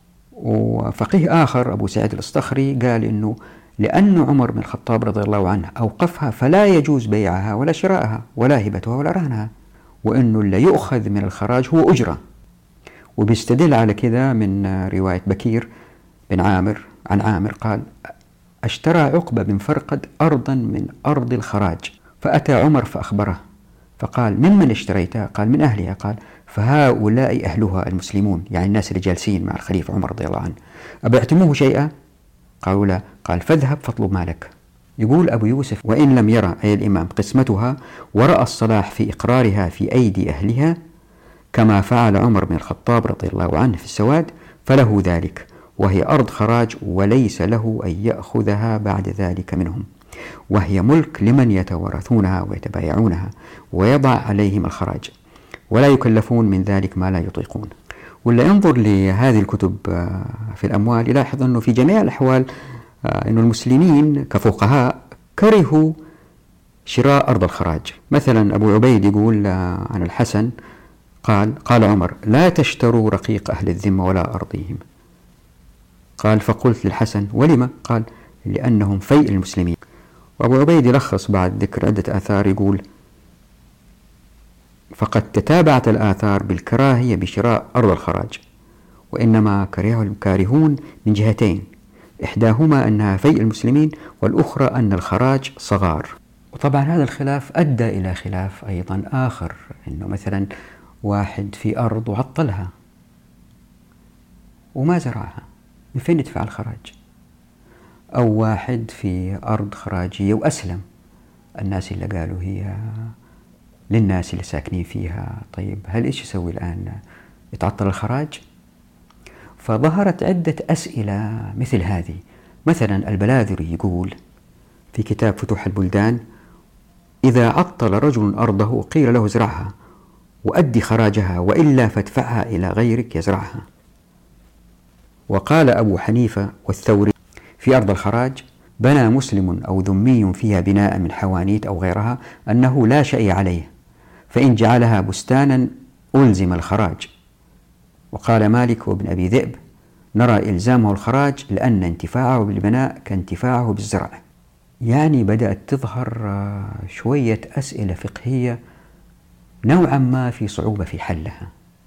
وفقيه آخر أبو سعيد الأصطخري قال إنه لأن عمر بن الخطاب رضي الله عنه أوقفها فلا يجوز بيعها ولا شراءها ولا هبتها ولا رهنها، وإنه اللي يؤخذ من الخراج هو أجرة. وبيستدل على كذا من رواية بكير بن عامر عن عامر قال: اشترى عقبة بن فرقد أرضا من أرض الخراج، فأتى عمر فأخبره فقال: ممن اشتريتها؟ قال: من أهلها. قال: فهؤلاء أهلها المسلمون، يعني الناس اللي جالسين مع الخليفة عمر رضي الله عنه، أبعتموه شيئا؟ قالوا لا. قال: فاذهب فاطلب مالك. يقول أبو يوسف: وإن لم يرى أي الإمام قسمتها ورأى الصلاح في إقرارها في أيدي أهلها كما فعل عمر بن الخطاب رضي الله عنه في السواد فله ذلك، وهي أرض خراج وليس له أن يأخذها بعد ذلك منهم، وهي ملك لمن يتوارثونها ويتبايعونها ويضع عليهم الخراج، ولا يكلفون من ذلك ما لا يطيقون. واللي ينظر لهذه الكتب في الأموال يلاحظ أنه في جميع الأحوال أن المسلمين كفقهاء كرهوا شراء أرض الخراج. مثلا أبو عبيد يقول عن الحسن قال عمر: لا تشتروا رقيق أهل الذمة ولا أرضيهم. قال: فقلت للحسن: ولم؟ قال: لأنهم فيء المسلمين. وأبو عبيد يلخص بعد ذكر عدة آثار يقول: فقد تتابعت الآثار بالكراهية بشراء أرض الخراج، وإنما كرهه الكارهون من جهتين، إحداهما أنها فيء المسلمين، والأخرى أن الخراج صغار. وطبعا هذا الخلاف أدى إلى خلاف أيضا آخر، أنه مثلا واحد في أرض وعطلها وما زرعها، من فين يدفع الخراج؟ أو واحد في أرض خراجية وأسلم، الناس اللي قالوا هي للناس اللي ساكنين فيها، طيب هل إيش يسوي الآن؟ يتعطل الخراج؟ فظهرت عدة أسئلة مثل هذه. مثلا البلاذري يقول في كتاب فتوح البلدان: إذا عطل رجل أرضه قيل له ازرعها وأدي خراجها، وإلا فادفعها إلى غيرك يزرعها. وقال أبو حنيفة والثوري في أرض الخراج: بنى مسلم أو ذمي فيها بناء من حوانيت أو غيرها أنه لا شيء عليه، فإن جعلها بستانا ألزم الخراج. وقال مالك وابن أبي ذئب: نرى إلزامه الخراج لأن انتفاعه بالبناء كانتفاعه بالزرع. يعني بدأت تظهر شوية أسئلة فقهية نوعا ما في صعوبة في حلها.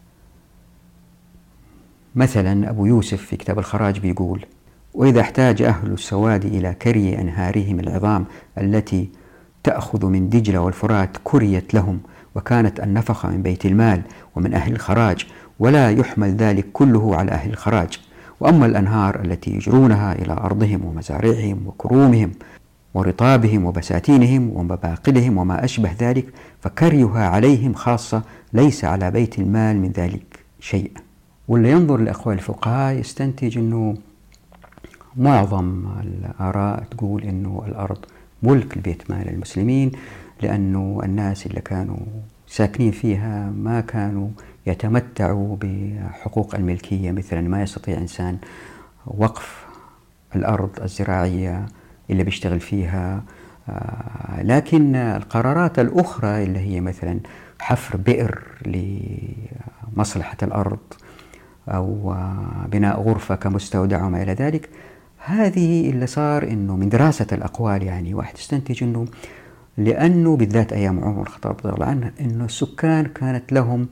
مثلا أبو يوسف في كتاب الخراج بيقول: وإذا احتاج أهل السواد إلى كري أنهارهم العظام التي تأخذ من دجلة والفرات كريت لهم، وكانت النفقة من بيت المال ومن أهل الخراج، ولا يحمل ذلك كله على أهل الخراج. وأما الأنهار التي يجرونها إلى أرضهم ومزارعهم وكرومهم ورطابهم وبساتينهم ومباقلهم وما أشبه ذلك، فكريها عليهم خاصة، ليس على بيت المال من ذلك شيء. واللي ينظر لأقوال الفقهاء يستنتج أنه معظم الآراء تقول أنه الأرض ملك البيت مال المسلمين، لأنه الناس اللي كانوا ساكنين فيها ما كانوا يتمتعوا بحقوق الملكية، مثلا ما يستطيع إنسان وقف الأرض الزراعية اللي بيشتغل فيها. لكن القرارات الأخرى اللي هي مثلا حفر بئر لمصلحة الأرض أو بناء غرفة كمستودع وما إلى ذلك، هذه اللي صار إنه من دراسة الأقوال يعني واحد يستنتج إنه لأنه بالذات أيام عمر الخطاب رضي الله عنه إنه السكان كانت لهم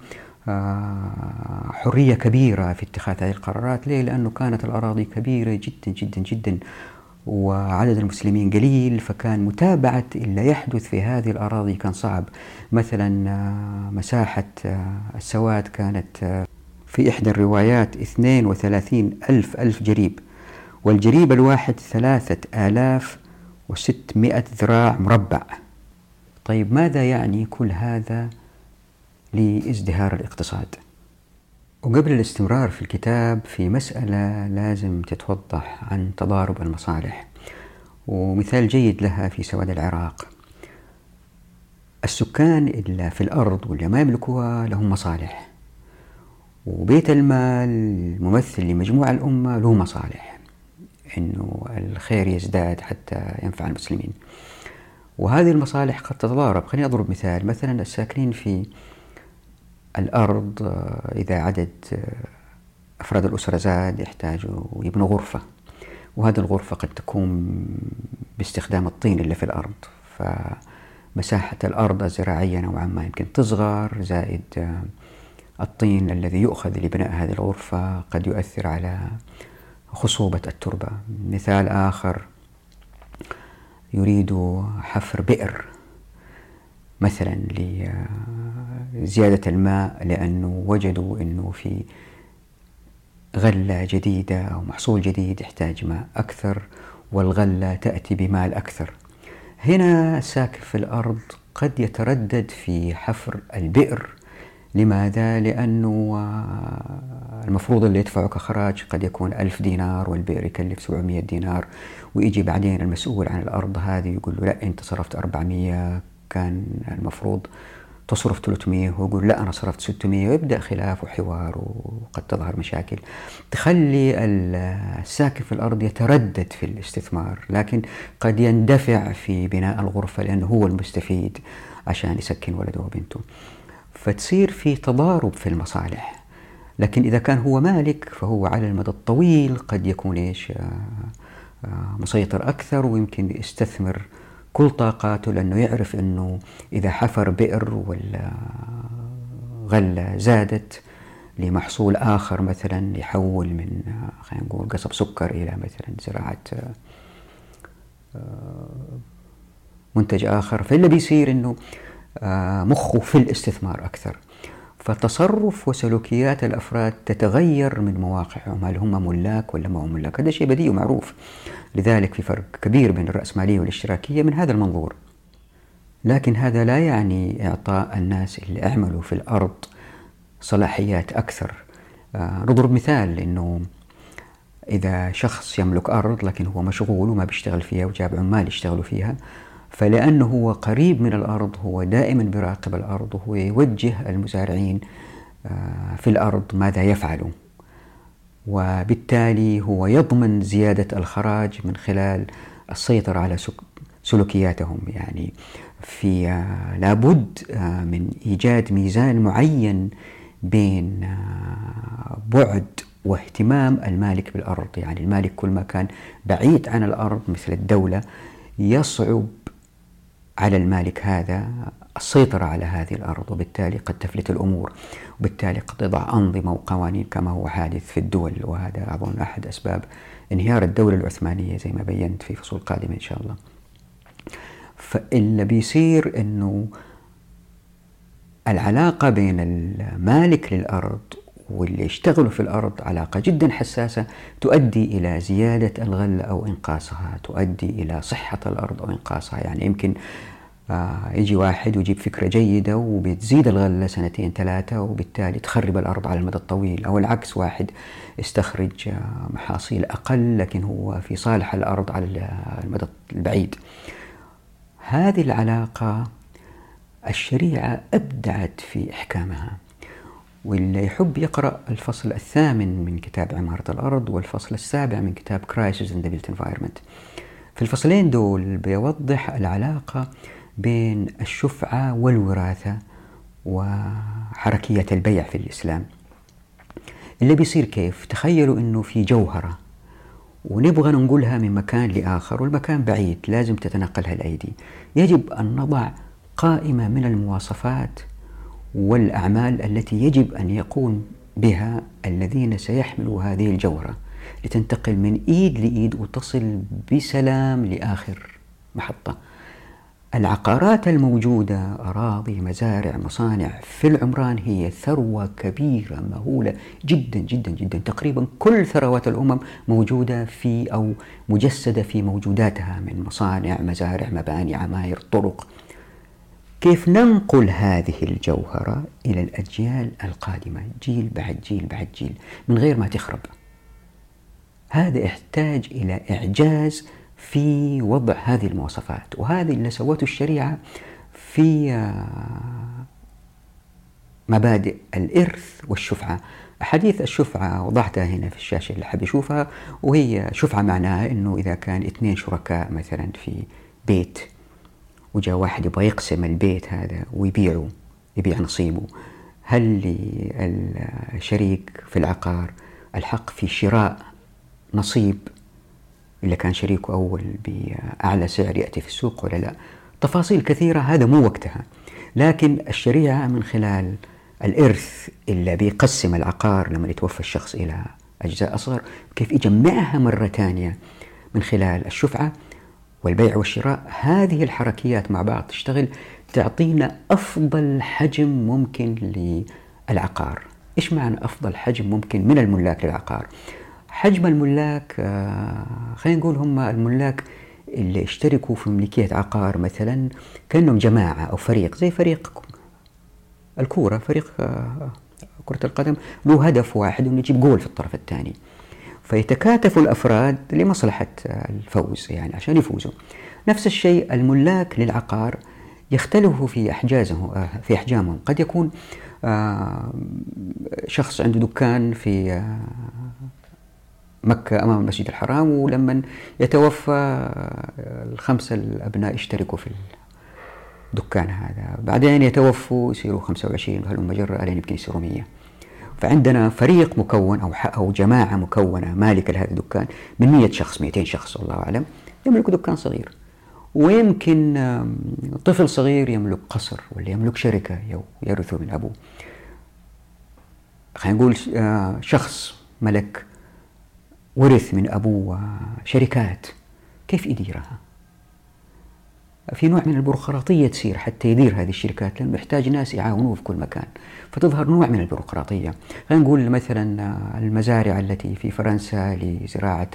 حرية كبيرة في اتخاذ هذه القرارات. ليه؟ لأنه كانت الأراضي كبيرة جدا جدا جدا وعدد المسلمين قليل، فكان متابعة اللي يحدث في هذه الأراضي كان صعب. مثلا مساحة السواد كانت في إحدى الروايات 32 ألف جريب، والجريب الواحد 3600 ذراع مربع. طيب ماذا يعني كل هذا لازدهار الاقتصاد؟ وقبل الاستمرار في الكتاب في مسألة لازم تتوضح عن تضارب المصالح، ومثال جيد لها في سواد العراق. السكان اللي في الأرض واللي ما يملكوها لهم مصالح، وبيت المال الممثل لمجموع الأمة له مصالح، إنه الخير يزداد حتى ينفع المسلمين. وهذه المصالح قد تتضارب. خليني أضرب مثال. مثلا الساكنين في الأرض إذا عدد أفراد الأسرة زاد يحتاجوا يبنوا غرفة، وهذه الغرفة قد تكون باستخدام الطين اللي في الأرض، فمساحة الأرض الزراعية نوعا ما يمكن تصغر، زائد الطين الذي يؤخذ لبناء هذه الغرفة قد يؤثر على خصوبة التربة. مثال آخر، يريد حفر بئر مثلا لزيادة الماء، لأنه وجدوا أنه في غلة جديدة أو محصول جديد يحتاج ماء أكثر، والغلة تأتي بمال أكثر. هنا ساكن في الأرض قد يتردد في حفر البئر. لماذا؟ لأنه المفروض اللي يدفعه كخراج قد يكون 1000 دينار، والبئر يكلف 700 دينار، ويجي بعدين المسؤول عن الأرض هذه يقول له لا أنت صرفت 400، كان المفروض تصرف 300 ويقول لا أنا صرفت 600، ويبدأ خلاف وحوار وقد تظهر مشاكل تخلي الساكن في الأرض يتردد في الاستثمار، لكن قد يندفع في بناء الغرفة لأنه هو المستفيد عشان يسكن ولده وبنته، فتصير في تضارب في المصالح. لكن إذا كان هو مالك فهو على المدى الطويل قد يكون مسيطر أكثر، ويمكن يستثمر كل طاقاته، لأنه يعرف أنه إذا حفر بئر والغلة زادت لمحصول آخر، مثلا يحول من خلينا نقول قصب سكر إلى مثلا زراعة منتج آخر، فإلا بيصير أنه مخه في الاستثمار أكثر. فتصرف وسلوكيات الأفراد تتغير من مواقعهم، هل هم ملاك ولا ما هم ملاك، هذا شيء بديهي ومعروف. لذلك في فرق كبير بين الرأسمالية والاشتراكية من هذا المنظور. لكن هذا لا يعني إعطاء الناس اللي أعملوا في الأرض صلاحيات أكثر. نضرب مثال إنه إذا شخص يملك أرض لكن هو مشغول وما بيشتغل فيها وجاب عمال يشتغلوا فيها، فلأنه هو قريب من الأرض هو دائما بيراقب الأرض، وهو يوجه المزارعين في الأرض ماذا يفعلوا، وبالتالي هو يضمن زيادة الخراج من خلال السيطرة على سلوكياتهم. يعني في لابد من إيجاد ميزان معين بين بعد واهتمام المالك بالأرض. يعني المالك كل ما كان بعيد عن الأرض مثل الدولة يصعب على المالك هذا السيطرة على هذه الأرض، وبالتالي قد تفلت الأمور، وبالتالي قد يضع أنظمة وقوانين كما هو حادث في الدول. وهذا أظن أحد أسباب انهيار الدولة العثمانية زي ما بينت في فصول قادمة إن شاء الله. فاللي بيصير أنه العلاقة بين المالك للأرض واللي يشتغلوا في الأرض علاقة جدا حساسة، تؤدي إلى زيادة الغلة أو إنقاصها، تؤدي إلى صحة الأرض أو إنقاصها. يعني يمكن يجي واحد ويجيب فكرة جيدة وبتزيد الغلة 2-3 وبالتالي تخرب الأرض على المدى الطويل، أو العكس، واحد يستخرج محاصيل أقل لكن هو في صالح الأرض على المدى البعيد. هذه العلاقة الشريعة أبدعت في إحكامها، واللي يحب يقرأ الفصل 8 من كتاب عمارة الأرض والفصل 7 من كتاب Crisis in the Built Environment، في الفصلين دول بيوضح العلاقة بين الشفعة والوراثة وحركية البيع في الإسلام. اللي بيصير كيف؟ تخيلوا أنه في جوهرة ونبغى ننقلها من مكان لآخر والمكان بعيد، لازم تتنقلها الأيدي. يجب أن نضع قائمة من المواصفات والأعمال التي يجب أن يقوم بها الذين سيحملوا هذه الجوهرة لتنتقل من إيد لإيد وتصل بسلام لآخر محطة. العقارات الموجودة، أراضي، مزارع، مصانع في العمران، هي ثروة كبيرة مهولة جدا جدا جدا. تقريبا كل ثروات الأمم موجودة في أو مجسدة في موجوداتها من مصانع، مزارع، مباني، عماير، طرق. كيف ننقل هذه الجوهرة إلى الأجيال القادمة جيل بعد جيل بعد جيل من غير ما تخرب؟ هذا يحتاج إلى إعجاز في وضع هذه المواصفات، وهذه اللي سوته الشريعة في مبادئ الإرث والشفعة. أحاديث الشفعة وضعتها هنا في الشاشة اللي حب يشوفها، وهي شفعة معناها أنه إذا كان 2 شركاء مثلا في بيت وجاء واحد يبغى يقسم البيت هذا ويبيعه، يبيع نصيبه، هل للشريك في العقار الحق في شراء نصيب اللي كان شريكه أول بأعلى سعر يأتي في السوق ولا لا؟ تفاصيل كثيرة، هذا مو وقتها. لكن الشريعة من خلال الإرث اللي بيقسم العقار لما يتوفى الشخص إلى أجزاء أصغر، كيف يجمعها مرة تانية من خلال الشفعة والبيع والشراء. هذه الحركيات مع بعض تشتغل تعطينا أفضل حجم ممكن للعقار. إيش معنى أفضل حجم ممكن من الملاك للعقار؟ حجم الملاك خلينا نقول هم الملاك اللي اشتركوا في ملكية عقار مثلا كأنهم جماعة أو فريق، زي فريق الكورة، فريق كرة القدم له هدف واحد أنه يجيب جول في الطرف الثاني، فيتكاتفوا الأفراد لمصلحة الفوز، يعني عشان يفوزوا. نفس الشيء الملاك للعقار يختلف في في أحجامهم. قد يكون شخص عنده دكان في مكة أمام المسجد الحرام، ولما يتوفى الخمسة الأبناء يشتركوا في الدكان هذا، بعدين يتوفوا يصيروا 25 وهالمجرة ألين يمكن يصيروا 100. فعندنا فريق مكون أو جماعة مكونة مالكة لهذا الدكان من 100 شخص 200 شخص والله أعلم، يملكوا دكان صغير. ويمكن طفل صغير يملك قصر ولا يملك شركة يرثه من أبوه. خلينا نقول شخص ملك ورث من أبوه شركات، كيف يديرها؟ في نوع من البيروقراطية تصير حتى يدير هذه الشركات، لأنه يحتاج ناس يعاونوه في كل مكان، فتظهر نوع من البيروقراطية. خلينا نقول مثلا المزارع التي في فرنسا لزراعة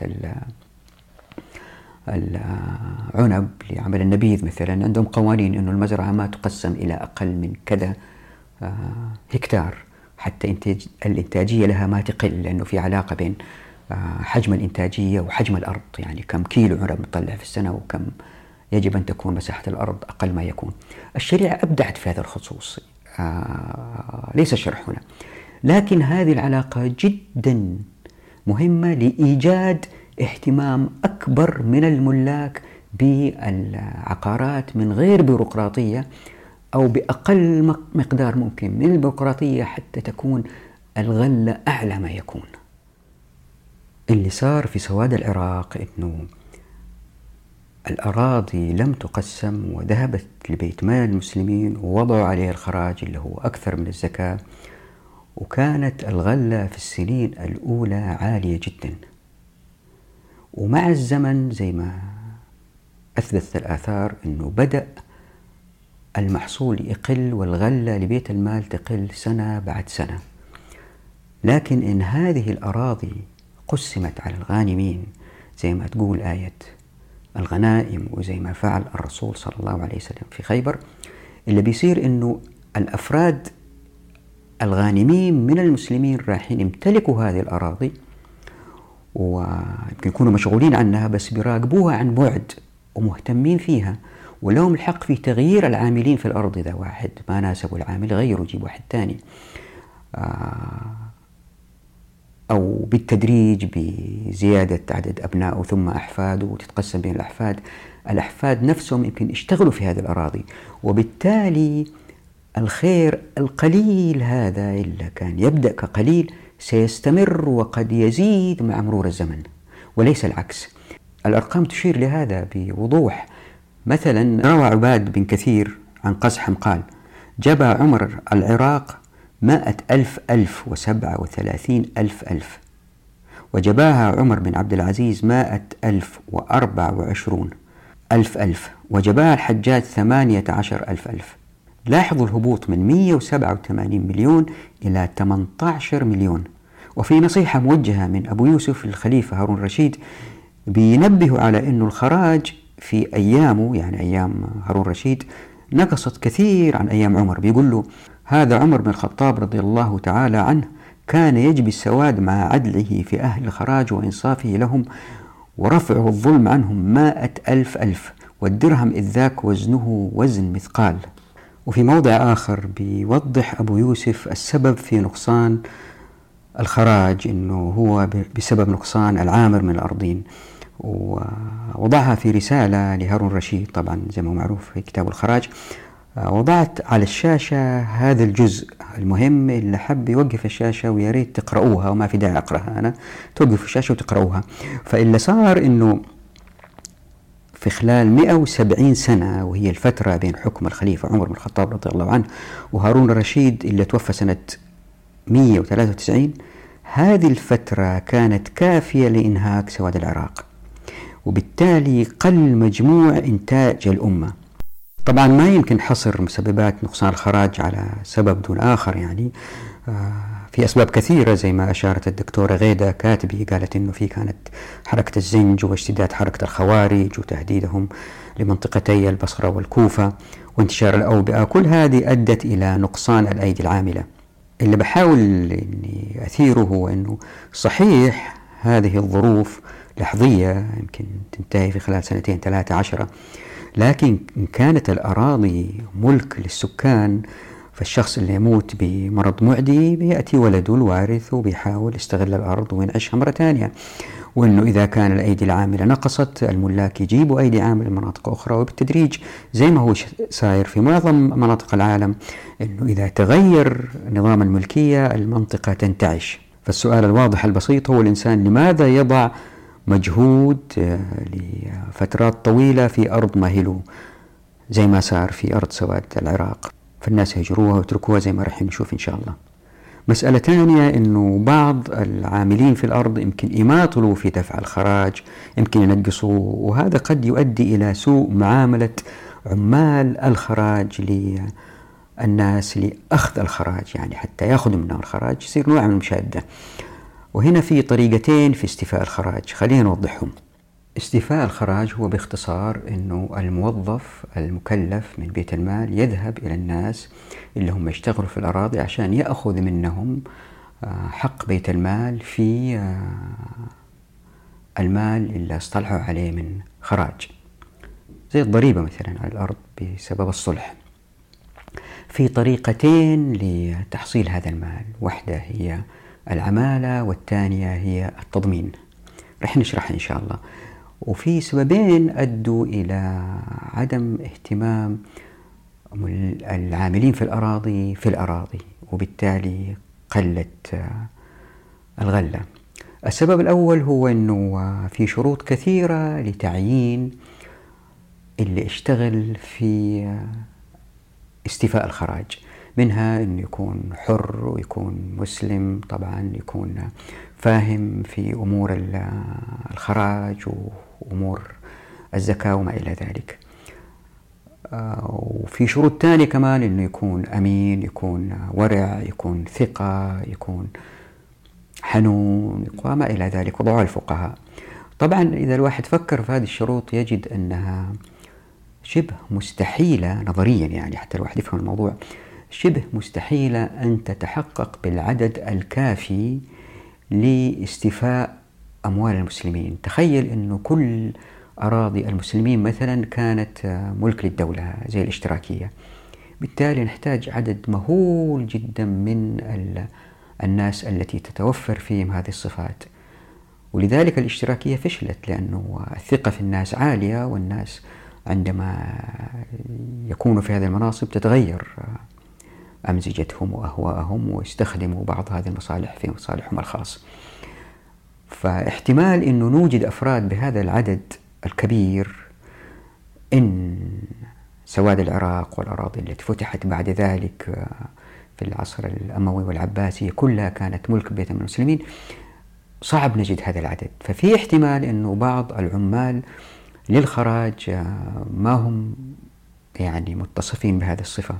العنب لعمل النبيذ مثلا، عندهم قوانين أنه المزرعة ما تقسم إلى أقل من كذا هكتار، حتى الإنتاجية لها ما تقل، لأنه في علاقة بين حجم الإنتاجية وحجم الأرض، يعني كم كيلو عنب نطلع في السنة وكم يجب أن تكون مساحة الأرض أقل ما يكون. الشريعة أبدعت في هذا الخصوص، ليس الشرح هنا، لكن هذه العلاقة جدا مهمة لإيجاد اهتمام أكبر من الملاك بالعقارات من غير بيروقراطية، أو بأقل مقدار ممكن من البيروقراطية، حتى تكون الغلة أعلى ما يكون. اللي صار في سواد العراق إنه الأراضي لم تقسم وذهبت لبيت مال المسلمين ووضعوا عليه الخراج اللي هو أكثر من الزكاة، وكانت الغلة في السنين الأولى عالية جدا. ومع الزمن زي ما أثبتت الآثار أنه بدأ المحصول يقل والغلة لبيت المال تقل سنة بعد سنة. لكن إن هذه الأراضي قسمت على الغانمين زي ما تقول آية الغنائم، وزي ما فعل الرسول صلى الله عليه وسلم في خيبر، اللي بيصير إنه الأفراد الغانمين من المسلمين رايحين يمتلكوا هذه الأراضي، ويمكن يكونوا مشغولين عنها بس بيراقبوها عن بعد ومهتمين فيها، ولهم الحق في تغيير العاملين في الأرض. إذا واحد ما ناسبوا العامل غيروا يجيب واحد تاني، أو بالتدريج بزيادة عدد أبنائه ثم أحفاده وتتقسم بين الأحفاد. الأحفاد نفسهم يمكن يشتغلوا في هذه الأراضي، وبالتالي الخير القليل هذا اللي كان يبدأ كقليل سيستمر وقد يزيد مع مرور الزمن، وليس العكس. الأرقام تشير لهذا بوضوح. مثلا روى عباد بن كثير عن قزحم قال: جبى عمر العراق 100,000 و37,000 وجباها عمر بن عبد العزيز 100,024 وجباها الحجاج 18,000. لاحظوا الهبوط من 187 مليون إلى 18 مليون. وفي نصيحة موجهة من أبو يوسف للخليفة هارون الرشيد بينبه على أنه الخراج في أيامه، يعني أيام هارون الرشيد، نقصت كثير عن أيام عمر. بيقول له: هذا عمر بن الخطاب رضي الله تعالى عنه كان يجبي السواد مع عدله في أهل الخراج وإنصافه لهم ورفعه الظلم عنهم 100,000 والدرهم إذ ذاك وزنه وزن مثقال. وفي موضع آخر بيوضح أبو يوسف السبب في نقصان الخراج إنه هو بسبب نقصان العامر من الأرضين، ووضعها في رسالة لهارون الرشيد، طبعا زي ما معروف في كتاب الخراج. وضعت على الشاشة هذا الجزء المهم اللي حب يوقف الشاشة، ويا ريت تقرؤوها، وما في داعي أقرأها أنا، توقف الشاشة وتقرؤوها. فاللي صار إنه في خلال 170 سنة، وهي الفترة بين حكم الخليفة عمر بن الخطاب رضي الله عنه وهارون الرشيد اللي توفى سنة 193، هذه الفترة كانت كافية لإنهاك سواد العراق، وبالتالي قل مجموع إنتاج الأمة. طبعا ما يمكن حصر مسببات نقصان الخراج على سبب دون آخر، يعني في أسباب كثيرة زي ما أشارت الدكتورة غيدة كاتبي، قالت إنه في كانت حركة الزنج واشتداد حركة الخوارج وتهديدهم لمنطقتي البصرة والكوفة وانتشار الأوبئة. كل هذه أدت إلى نقصان الأيدي العاملة. اللي بحاول إني أثيره هو إنه صحيح هذه الظروف لحظية، يمكن تنتهي في خلال 2-3 عشرة، لكن إن كانت الأراضي ملك للسكان، فالشخص اللي يموت بمرض معدي بيأتي ولده الوارث وبيحاول يستغل الأرض وينعشها مرة ثانية. وإنه إذا كان الأيدي العاملة نقصت، الملاك يجيبوا أيدي عاملة من مناطق أخرى، وبالتدريج زي ما هو صاير في معظم مناطق العالم، إنه إذا تغير نظام الملكية المنطقة تنتعش. فالسؤال الواضح البسيط هو الإنسان لماذا يضع مجهود لفترات طويلة في أرض ماهلو زي ما صار في أرض سواد العراق، فالناس يهجروها ويتركوها زي ما راح نشوف إن شاء الله. مسألة ثانية أنه بعض العاملين في الأرض يمكن يماطلوا في دفع الخراج، يمكن ينقصوا، وهذا قد يؤدي إلى سوء معاملة عمال الخراج للناس لأخذ الخراج، يعني حتى يأخذوا منهم الخراج يصير نوع من المشادة. وهنا في طريقتين في استيفاء الخراج، خلينا نوضحهم. استيفاء الخراج هو باختصار أنه الموظف المكلف من بيت المال يذهب إلى الناس اللي هم يشتغلوا في الأراضي عشان يأخذ منهم حق بيت المال في المال اللي اصطلحوا عليه من خراج، زي الضريبة مثلا على الأرض بسبب الصلح. في طريقتين لتحصيل هذا المال، واحدة هي العمالة والثانية هي التضمين، رح نشرحها إن شاء الله. وفي سببين أدوا إلى عدم اهتمام العاملين في الأراضي وبالتالي قلت الغلة. السبب الأول هو أنه في شروط كثيرة لتعيين اللي اشتغل في استيفاء الخراج، منها أنه يكون حر ويكون مسلم، طبعا يكون فاهم في أمور الخراج وأمور الزكاة وما إلى ذلك. وفي شروط تانية كمان أنه يكون أمين، يكون ورع، يكون ثقة، يكون حنون وما إلى ذلك، وضعوا الفقهاء. طبعا إذا الواحد فكر في هذه الشروط يجد أنها شبه مستحيلة نظريا، يعني حتى الواحد يفهم الموضوع، شبه مستحيلة أن تتحقق بالعدد الكافي لاستيفاء أموال المسلمين. تخيل أنه كل أراضي المسلمين مثلا كانت ملك للدولة زي الاشتراكية، بالتالي نحتاج عدد مهول جدا من الناس التي تتوفر فيهم هذه الصفات. ولذلك الاشتراكية فشلت، لأنه الثقة في الناس عالية، والناس عندما يكونوا في هذه المناصب تتغير أمزجتهم وأهواءهم ويستخدموا بعض هذه المصالح في مصالحهم الخاص. فاحتمال أنه نوجد أفراد بهذا العدد الكبير إن سواد العراق والأراضي التي فتحت بعد ذلك في العصر الأموي والعباسي كلها كانت ملك بيت من المسلمين، صعب نجد هذا العدد. ففي احتمال أنه بعض العمال للخراج ما هم يعني متصفين بهذه الصفة،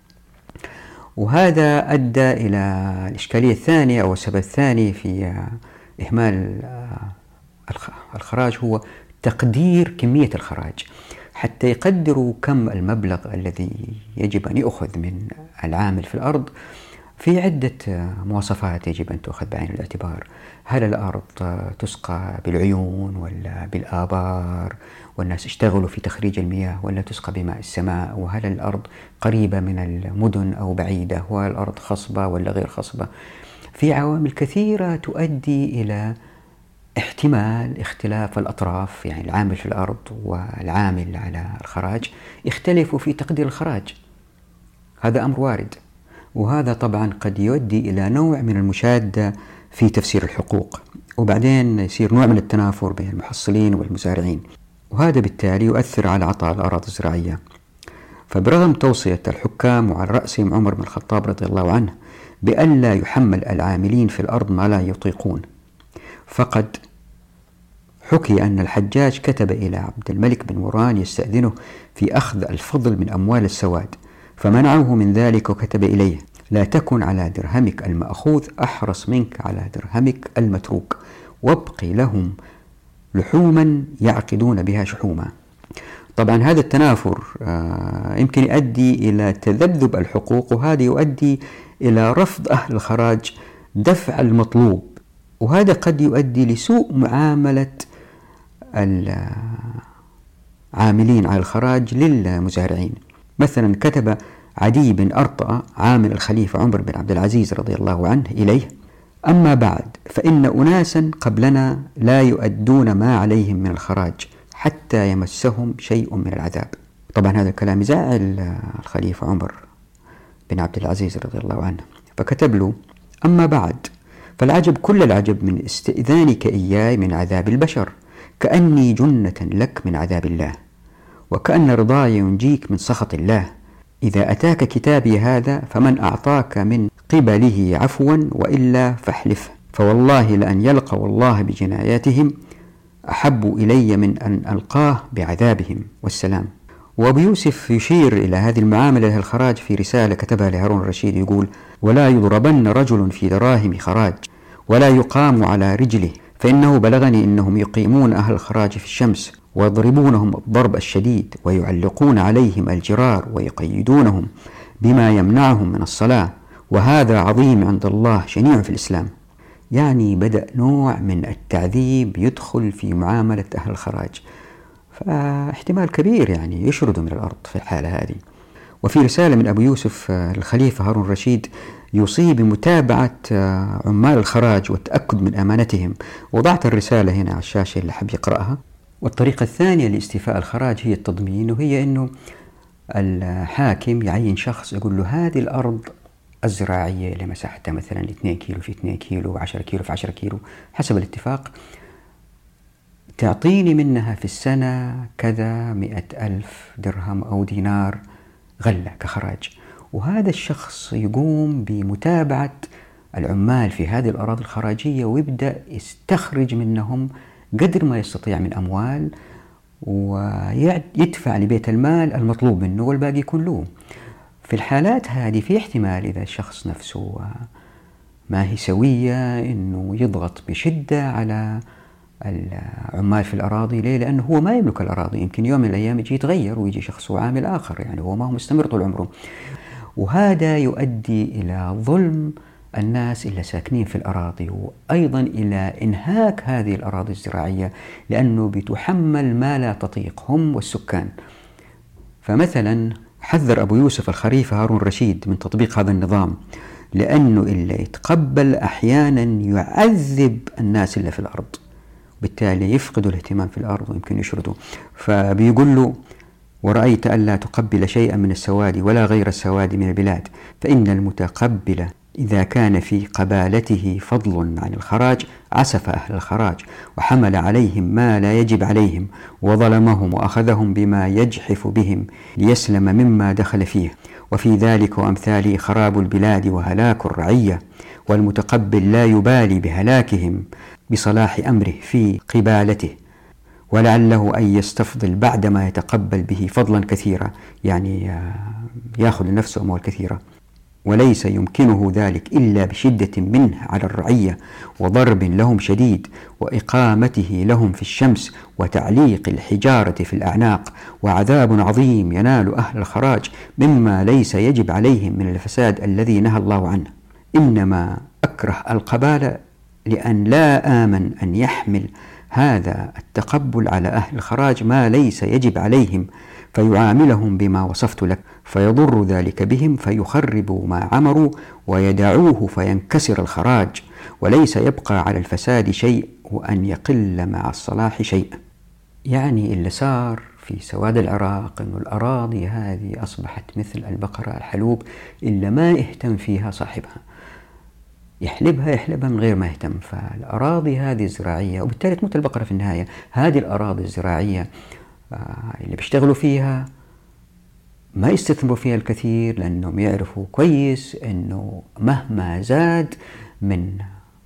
وهذا أدى إلى الإشكالية الثانية أو السبب الثاني في إهمال الخراج، هو تقدير كمية الخراج. حتى يقدروا كم المبلغ الذي يجب أن يأخذ من العامل في الأرض، في عدة مواصفات يجب أن تأخذ بعين الاعتبار. هل الأرض تسقى بالعيون ولا بالآبار، والناس اشتغلوا في تخريج المياه، ولا تسقى بماء السماء، وهل الأرض قريبة من المدن أو بعيدة، وهل الأرض خصبة ولا غير خصبة. في عوامل كثيرة تؤدي إلى احتمال اختلاف الأطراف، يعني العامل في الأرض والعامل على الخراج يختلفوا في تقدير الخراج، هذا أمر وارد. وهذا طبعا قد يؤدي إلى نوع من المشادة في تفسير الحقوق، وبعدين يصير نوع من التنافر بين المحصلين والمزارعين، وهذا بالتالي يؤثر على عطاء الأراضي الزراعية. فبرغم توصية الحكام وعلى رأسهم عمر بن الخطاب رضي الله عنه بأن لا يحمل العاملين في الأرض ما لا يطيقون، فقد حكي أن الحجاج كتب إلى عبد الملك بن مروان يستأذنه في أخذ الفضل من أموال السواد، فمنعه من ذلك وكتب إليه: لا تكن على درهمك المأخوذ أحرص منك على درهمك المتروك، وابقي لهم لحوما يعقدون بها شحوما. طبعا هذا التنافر يمكن يؤدي إلى تذبذب الحقوق، وهذا يؤدي إلى رفض أهل الخراج دفع المطلوب، وهذا قد يؤدي لسوء معاملة عاملين على الخراج للمزارعين. مثلا كتب عدي بن أرطأ عامل الخليفة عمر بن عبد العزيز رضي الله عنه إليه: أما بعد، فإن أناسا قبلنا لا يؤدون ما عليهم من الخراج حتى يمسهم شيء من العذاب. طبعا هذا الكلام يزعل الخليفة عمر بن عبد العزيز رضي الله عنه، فكتب له: أما بعد، فالعجب كل العجب من استئذانك إياي من عذاب البشر، كأني جنة لك من عذاب الله، وكأن رضاي ينجيك من سخط الله. إذا أتاك كتابي هذا فمن أعطاك من قبله عفوا، وإلا فاحلف، فوالله لأن يلقوا الله بجناياتهم أحب إلي من أن ألقاه بعذابهم، والسلام. وأبو يوسف يشير إلى هذه المعاملة للخراج في رسالة كتبها لهارون الرشيد، يقول: ولا يضربن رجل في دراهم خراج، ولا يقام على رجله، فإنه بلغني إنهم يقيمون أهل الخراج في الشمس ويضربونهم الضرب الشديد، ويعلقون عليهم الجرار، ويقيدونهم بما يمنعهم من الصلاة، وهذا عظيم عند الله شنيع في الإسلام. يعني بدأ نوع من التعذيب يدخل في معاملة أهل الخراج، فاحتمال كبير يعني يشردوا من الأرض في الحالة هذه. وفي رسالة من أبو يوسف الخليفة هارون الرشيد يوصي بمتابعة عمال الخراج والتأكد من أمانتهم. وضعت الرسالة هنا على الشاشة اللي حب يقرأها. والطريقة الثانية لاستيفاء الخراج هي التضمين، وهي أنه الحاكم يعين شخص يقول له: هذه الأرض الزراعية اللي مساحتها مثلا 2 كيلو في 2 كيلو و10 كيلو في 10 كيلو حسب الاتفاق، تعطيني منها في السنة كذا 100,000 درهم أو دينار غلة كخراج. وهذا الشخص يقوم بمتابعة العمال في هذه الأراضي الخراجية، ويبدأ يستخرج منهم قدر ما يستطيع من أموال، ويدفع لبيت المال المطلوب منه، والباقي يكون له. في الحالات هذه في احتمال إذا الشخص نفسه ما هي سوية أنه يضغط بشدة على العمال في الأراضي. ليه؟ لأنه هو ما يملك الأراضي، يمكن يوم من الأيام يجي يتغير ويجي شخص عامل آخر، يعني هو ما هو مستمر طول عمره. وهذا يؤدي إلى ظلم الناس اللي ساكنين في الأراضي، وأيضا إلى إنهاك هذه الأراضي الزراعية، لأنه بتحمل ما لا تطيق هم والسكان. فمثلا حذر أبو يوسف الخليفة هارون الرشيد من تطبيق هذا النظام، لأنه اللي يتقبل أحيانا يعذب الناس اللي في الأرض، بالتالي يفقدوا الاهتمام في الأرض ويمكن يشردوا. فبيقول له: ورأيت ألا تقبل شيئا من السواد ولا غير السواد من البلاد، فإن المتقبل إذا كان في قبالته فضل عن الخراج عسف أهل الخراج، وحمل عليهم ما لا يجب عليهم، وظلمهم وأخذهم بما يجحف بهم ليسلم مما دخل فيه. وفي ذلك وأمثاله خراب البلاد وهلاك الرعية، والمتقبل لا يبالي بهلاكهم بصلاح أمره في قبالته، ولعله أن يستفضل بعدما يتقبل به فضلا كثيرا، يعني يأخذ لنفسه أموال كثيرة، وليس يمكنه ذلك إلا بشدة منه على الرعية، وضرب لهم شديد، وإقامته لهم في الشمس، وتعليق الحجارة في الأعناق، وعذاب عظيم ينال أهل الخراج مما ليس يجب عليهم من الفساد الذي نهى الله عنه. إنما أكره القبالة لأن لا آمن أن يحمل هذا التقبل على أهل الخراج ما ليس يجب عليهم، فيعاملهم بما وصفت لك، فيضر ذلك بهم، فيخربوا ما عمروا ويدعوه فينكسر الخراج، وليس يبقى على الفساد شيء، وأن يقل مع الصلاح شيء. يعني اللي صار في سواد العراق أن الأراضي هذه أصبحت مثل البقرة الحلوب، إلا ما يهتم فيها صاحبها، يحلبها من غير ما يهتم. فالأراضي هذه الزراعية، وبالتالي تموت البقرة في النهاية. هذه الأراضي الزراعية اللي بيشتغلوا فيها ما يستثمروا فيها الكثير، لأنهم يعرفوا كويس أنه مهما زاد من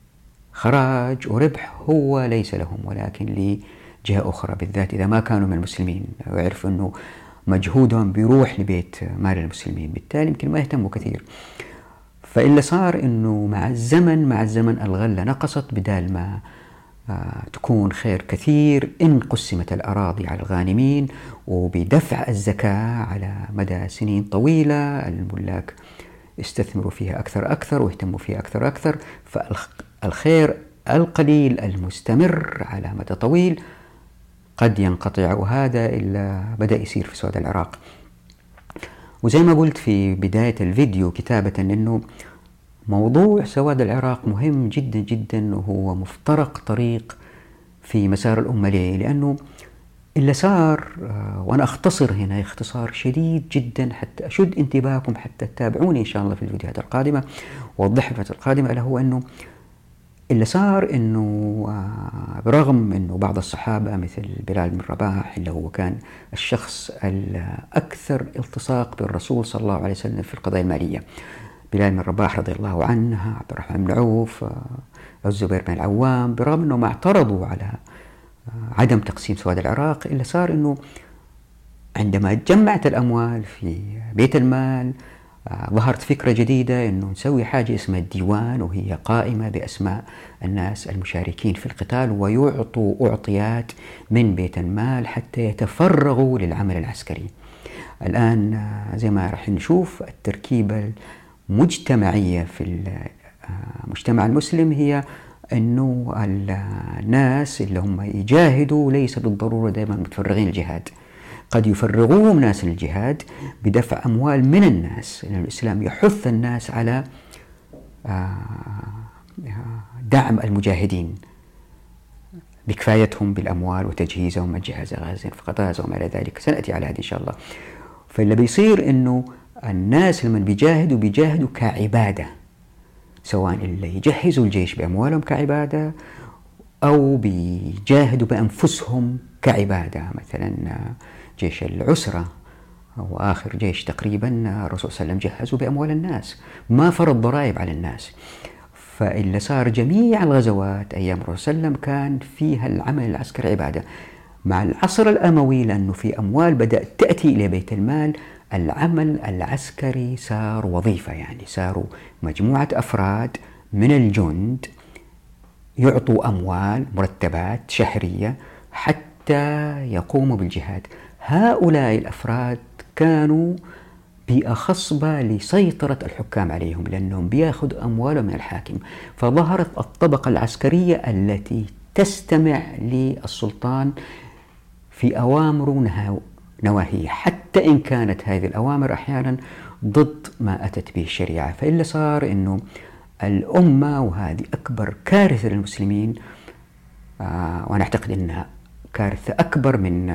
خراج وربح هو ليس لهم، ولكن لجهة أخرى، بالذات إذا ما كانوا من المسلمين، ويعرفوا أنه مجهودهم بيروح لبيت مال المسلمين، بالتالي يمكن ما يهتموا كثير. فإلا صار أنه مع الزمن الغلة نقصت، بدال ما تكون خير كثير إن قسمت الأراضي على الغانمين، وبدفع الزكاة على مدى سنين طويلة الملاك استثمروا فيها أكثر واهتموا فيها أكثر، فالخير القليل المستمر على مدى طويل قد ينقطع، وهذا إلا بدأ يصير في سواد العراق. وزي ما قلت في بداية الفيديو كتابة أنه موضوع سواد العراق مهم جدا جدا، وهو مفترق طريق في مسار الأمة. ليه؟ لأنه اللي صار، وأنا أختصر هنا اختصار شديد جدا حتى أشد انتباهكم، حتى تتابعوني إن شاء الله في الفيديوهات القادمة وأوضح الفترة القادمة، ألا هو أنه اللي صار أنه برغم أنه بعض الصحابة مثل بلال بن رباح اللي هو كان الشخص الأكثر التصاق بالرسول صلى الله عليه وسلم في القضايا المالية، بلال بن رباح رضي الله عنه، عبد الرحمن بن عوف، الزبير بن العوام، برغم أنهم اعترضوا على عدم تقسيم سواد العراق، إلا صار أنه عندما جمعت الأموال في بيت المال ظهرت فكرة جديدة أنه نسوي حاجة اسمها الديوان، وهي قائمة بأسماء الناس المشاركين في القتال، ويعطوا أعطيات من بيت المال حتى يتفرغوا للعمل العسكري. الآن زي ما راح نشوف التركيبة المجتمعية في المجتمع المسلم هي أنه الناس اللي هم يجاهدوا ليس بالضرورة دائما متفرغين الجهاد، قد يفرغوهم ناس للجهاد بدفع أموال من الناس، لأن الإسلام يحث الناس على دعم المجاهدين بكفايتهم بالأموال وتجهيزهم الجهاز غازين فقط وما إلى ذلك، سنأتي على هذا إن شاء الله. فاللي بيصير أنه الناس لما بيجاهدوا كعبادة، سواء اللي يجهزوا الجيش بأموالهم كعبادة أو بيجاهدوا بأنفسهم كعبادة. مثلا جيش العسرة أو آخر جيش تقريبا الرسول صلى الله عليه وسلم جهزوا بأموال الناس، ما فرض ضرائب على الناس. فإلا صار جميع الغزوات أيام الرسول صلى الله عليه وسلم كان فيها العمل العسكري عبادة. مع العصر الأموي لأنه في أموال بدأت تأتي إلى بيت المال، العمل العسكري صار وظيفة، يعني صاروا مجموعة أفراد من الجند يعطوا أموال مرتبات شهرية حتى يقوموا بالجهاد. هؤلاء الأفراد كانوا بيئة خصبة لسيطرة الحكام عليهم، لأنهم بياخذوا أموالهم من الحاكم، فظهرت الطبقة العسكرية التي تستمع للسلطان في أوامر ونواهيه، حتى إن كانت هذه الأوامر أحيانا ضد ما أتت به الشريعة. فإلا صار أنه الأمة، وهذه أكبر كارثة للمسلمين، وأنا أعتقد أنها كارثة أكبر من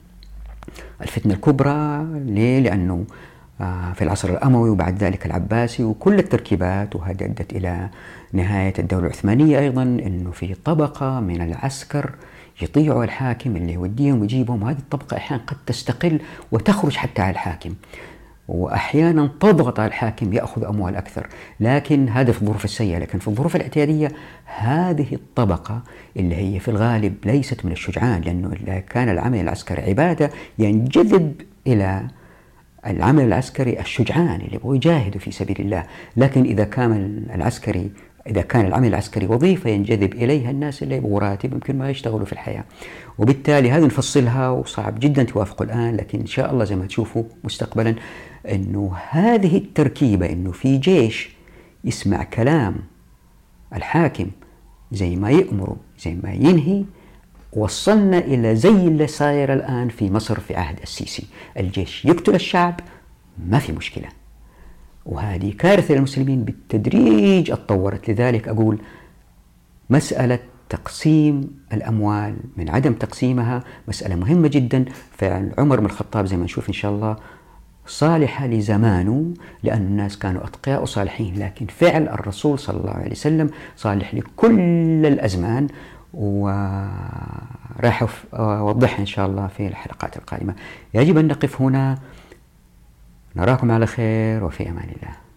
الفتنة الكبرى. ليه؟ لأنه في العصر الأموي وبعد ذلك العباسي وكل التركيبات، وهذا أدت إلى نهاية الدولة العثمانية أيضا، أنه في طبقة من العسكر يطيعوا الحاكم اللي يوديهم ويجيبهم، وهذه الطبقة أحيانا قد تستقل وتخرج حتى على الحاكم، وأحيانا تضغط على الحاكم يأخذ أموال أكثر. لكن هذا في الظروف السيئة، لكن في الظروف الاعتيادية هذه الطبقة اللي هي في الغالب ليست من الشجعان، لأنه إذا كان العمل العسكري عبادة ينجذب إلى العمل العسكري الشجعان اللي يبغوا يجاهدوا في سبيل الله. لكن إذا كان العمل العسكري وظيفة ينجذب إليها الناس اللي يبغوا راتب يمكن ما يشتغلوا في الحياة. وبالتالي هذه نفصلها، وصعب جدا توافقوا الآن، لكن إن شاء الله زي ما تشوفوا مستقبلا أنه هذه التركيبة، أنه في جيش يسمع كلام الحاكم زي ما يأمره زي ما ينهي، وصلنا إلى زي اللي صاير الآن في مصر في عهد السيسي، الجيش يقتل الشعب ما في مشكلة. وهذه كارثة للمسلمين بالتدريج اتطورت. لذلك أقول مسألة تقسيم الأموال من عدم تقسيمها مسألة مهمة جدا. فعل عمر بن الخطاب زي ما نشوف إن شاء الله صالحة لزمانه، لأن الناس كانوا أتقياء وصالحين، لكن فعل الرسول صلى الله عليه وسلم صالح لكل الأزمان، وراح أوضحها إن شاء الله في الحلقات القادمة. يجب أن نقف هنا، نراكم على خير وفي أمان الله.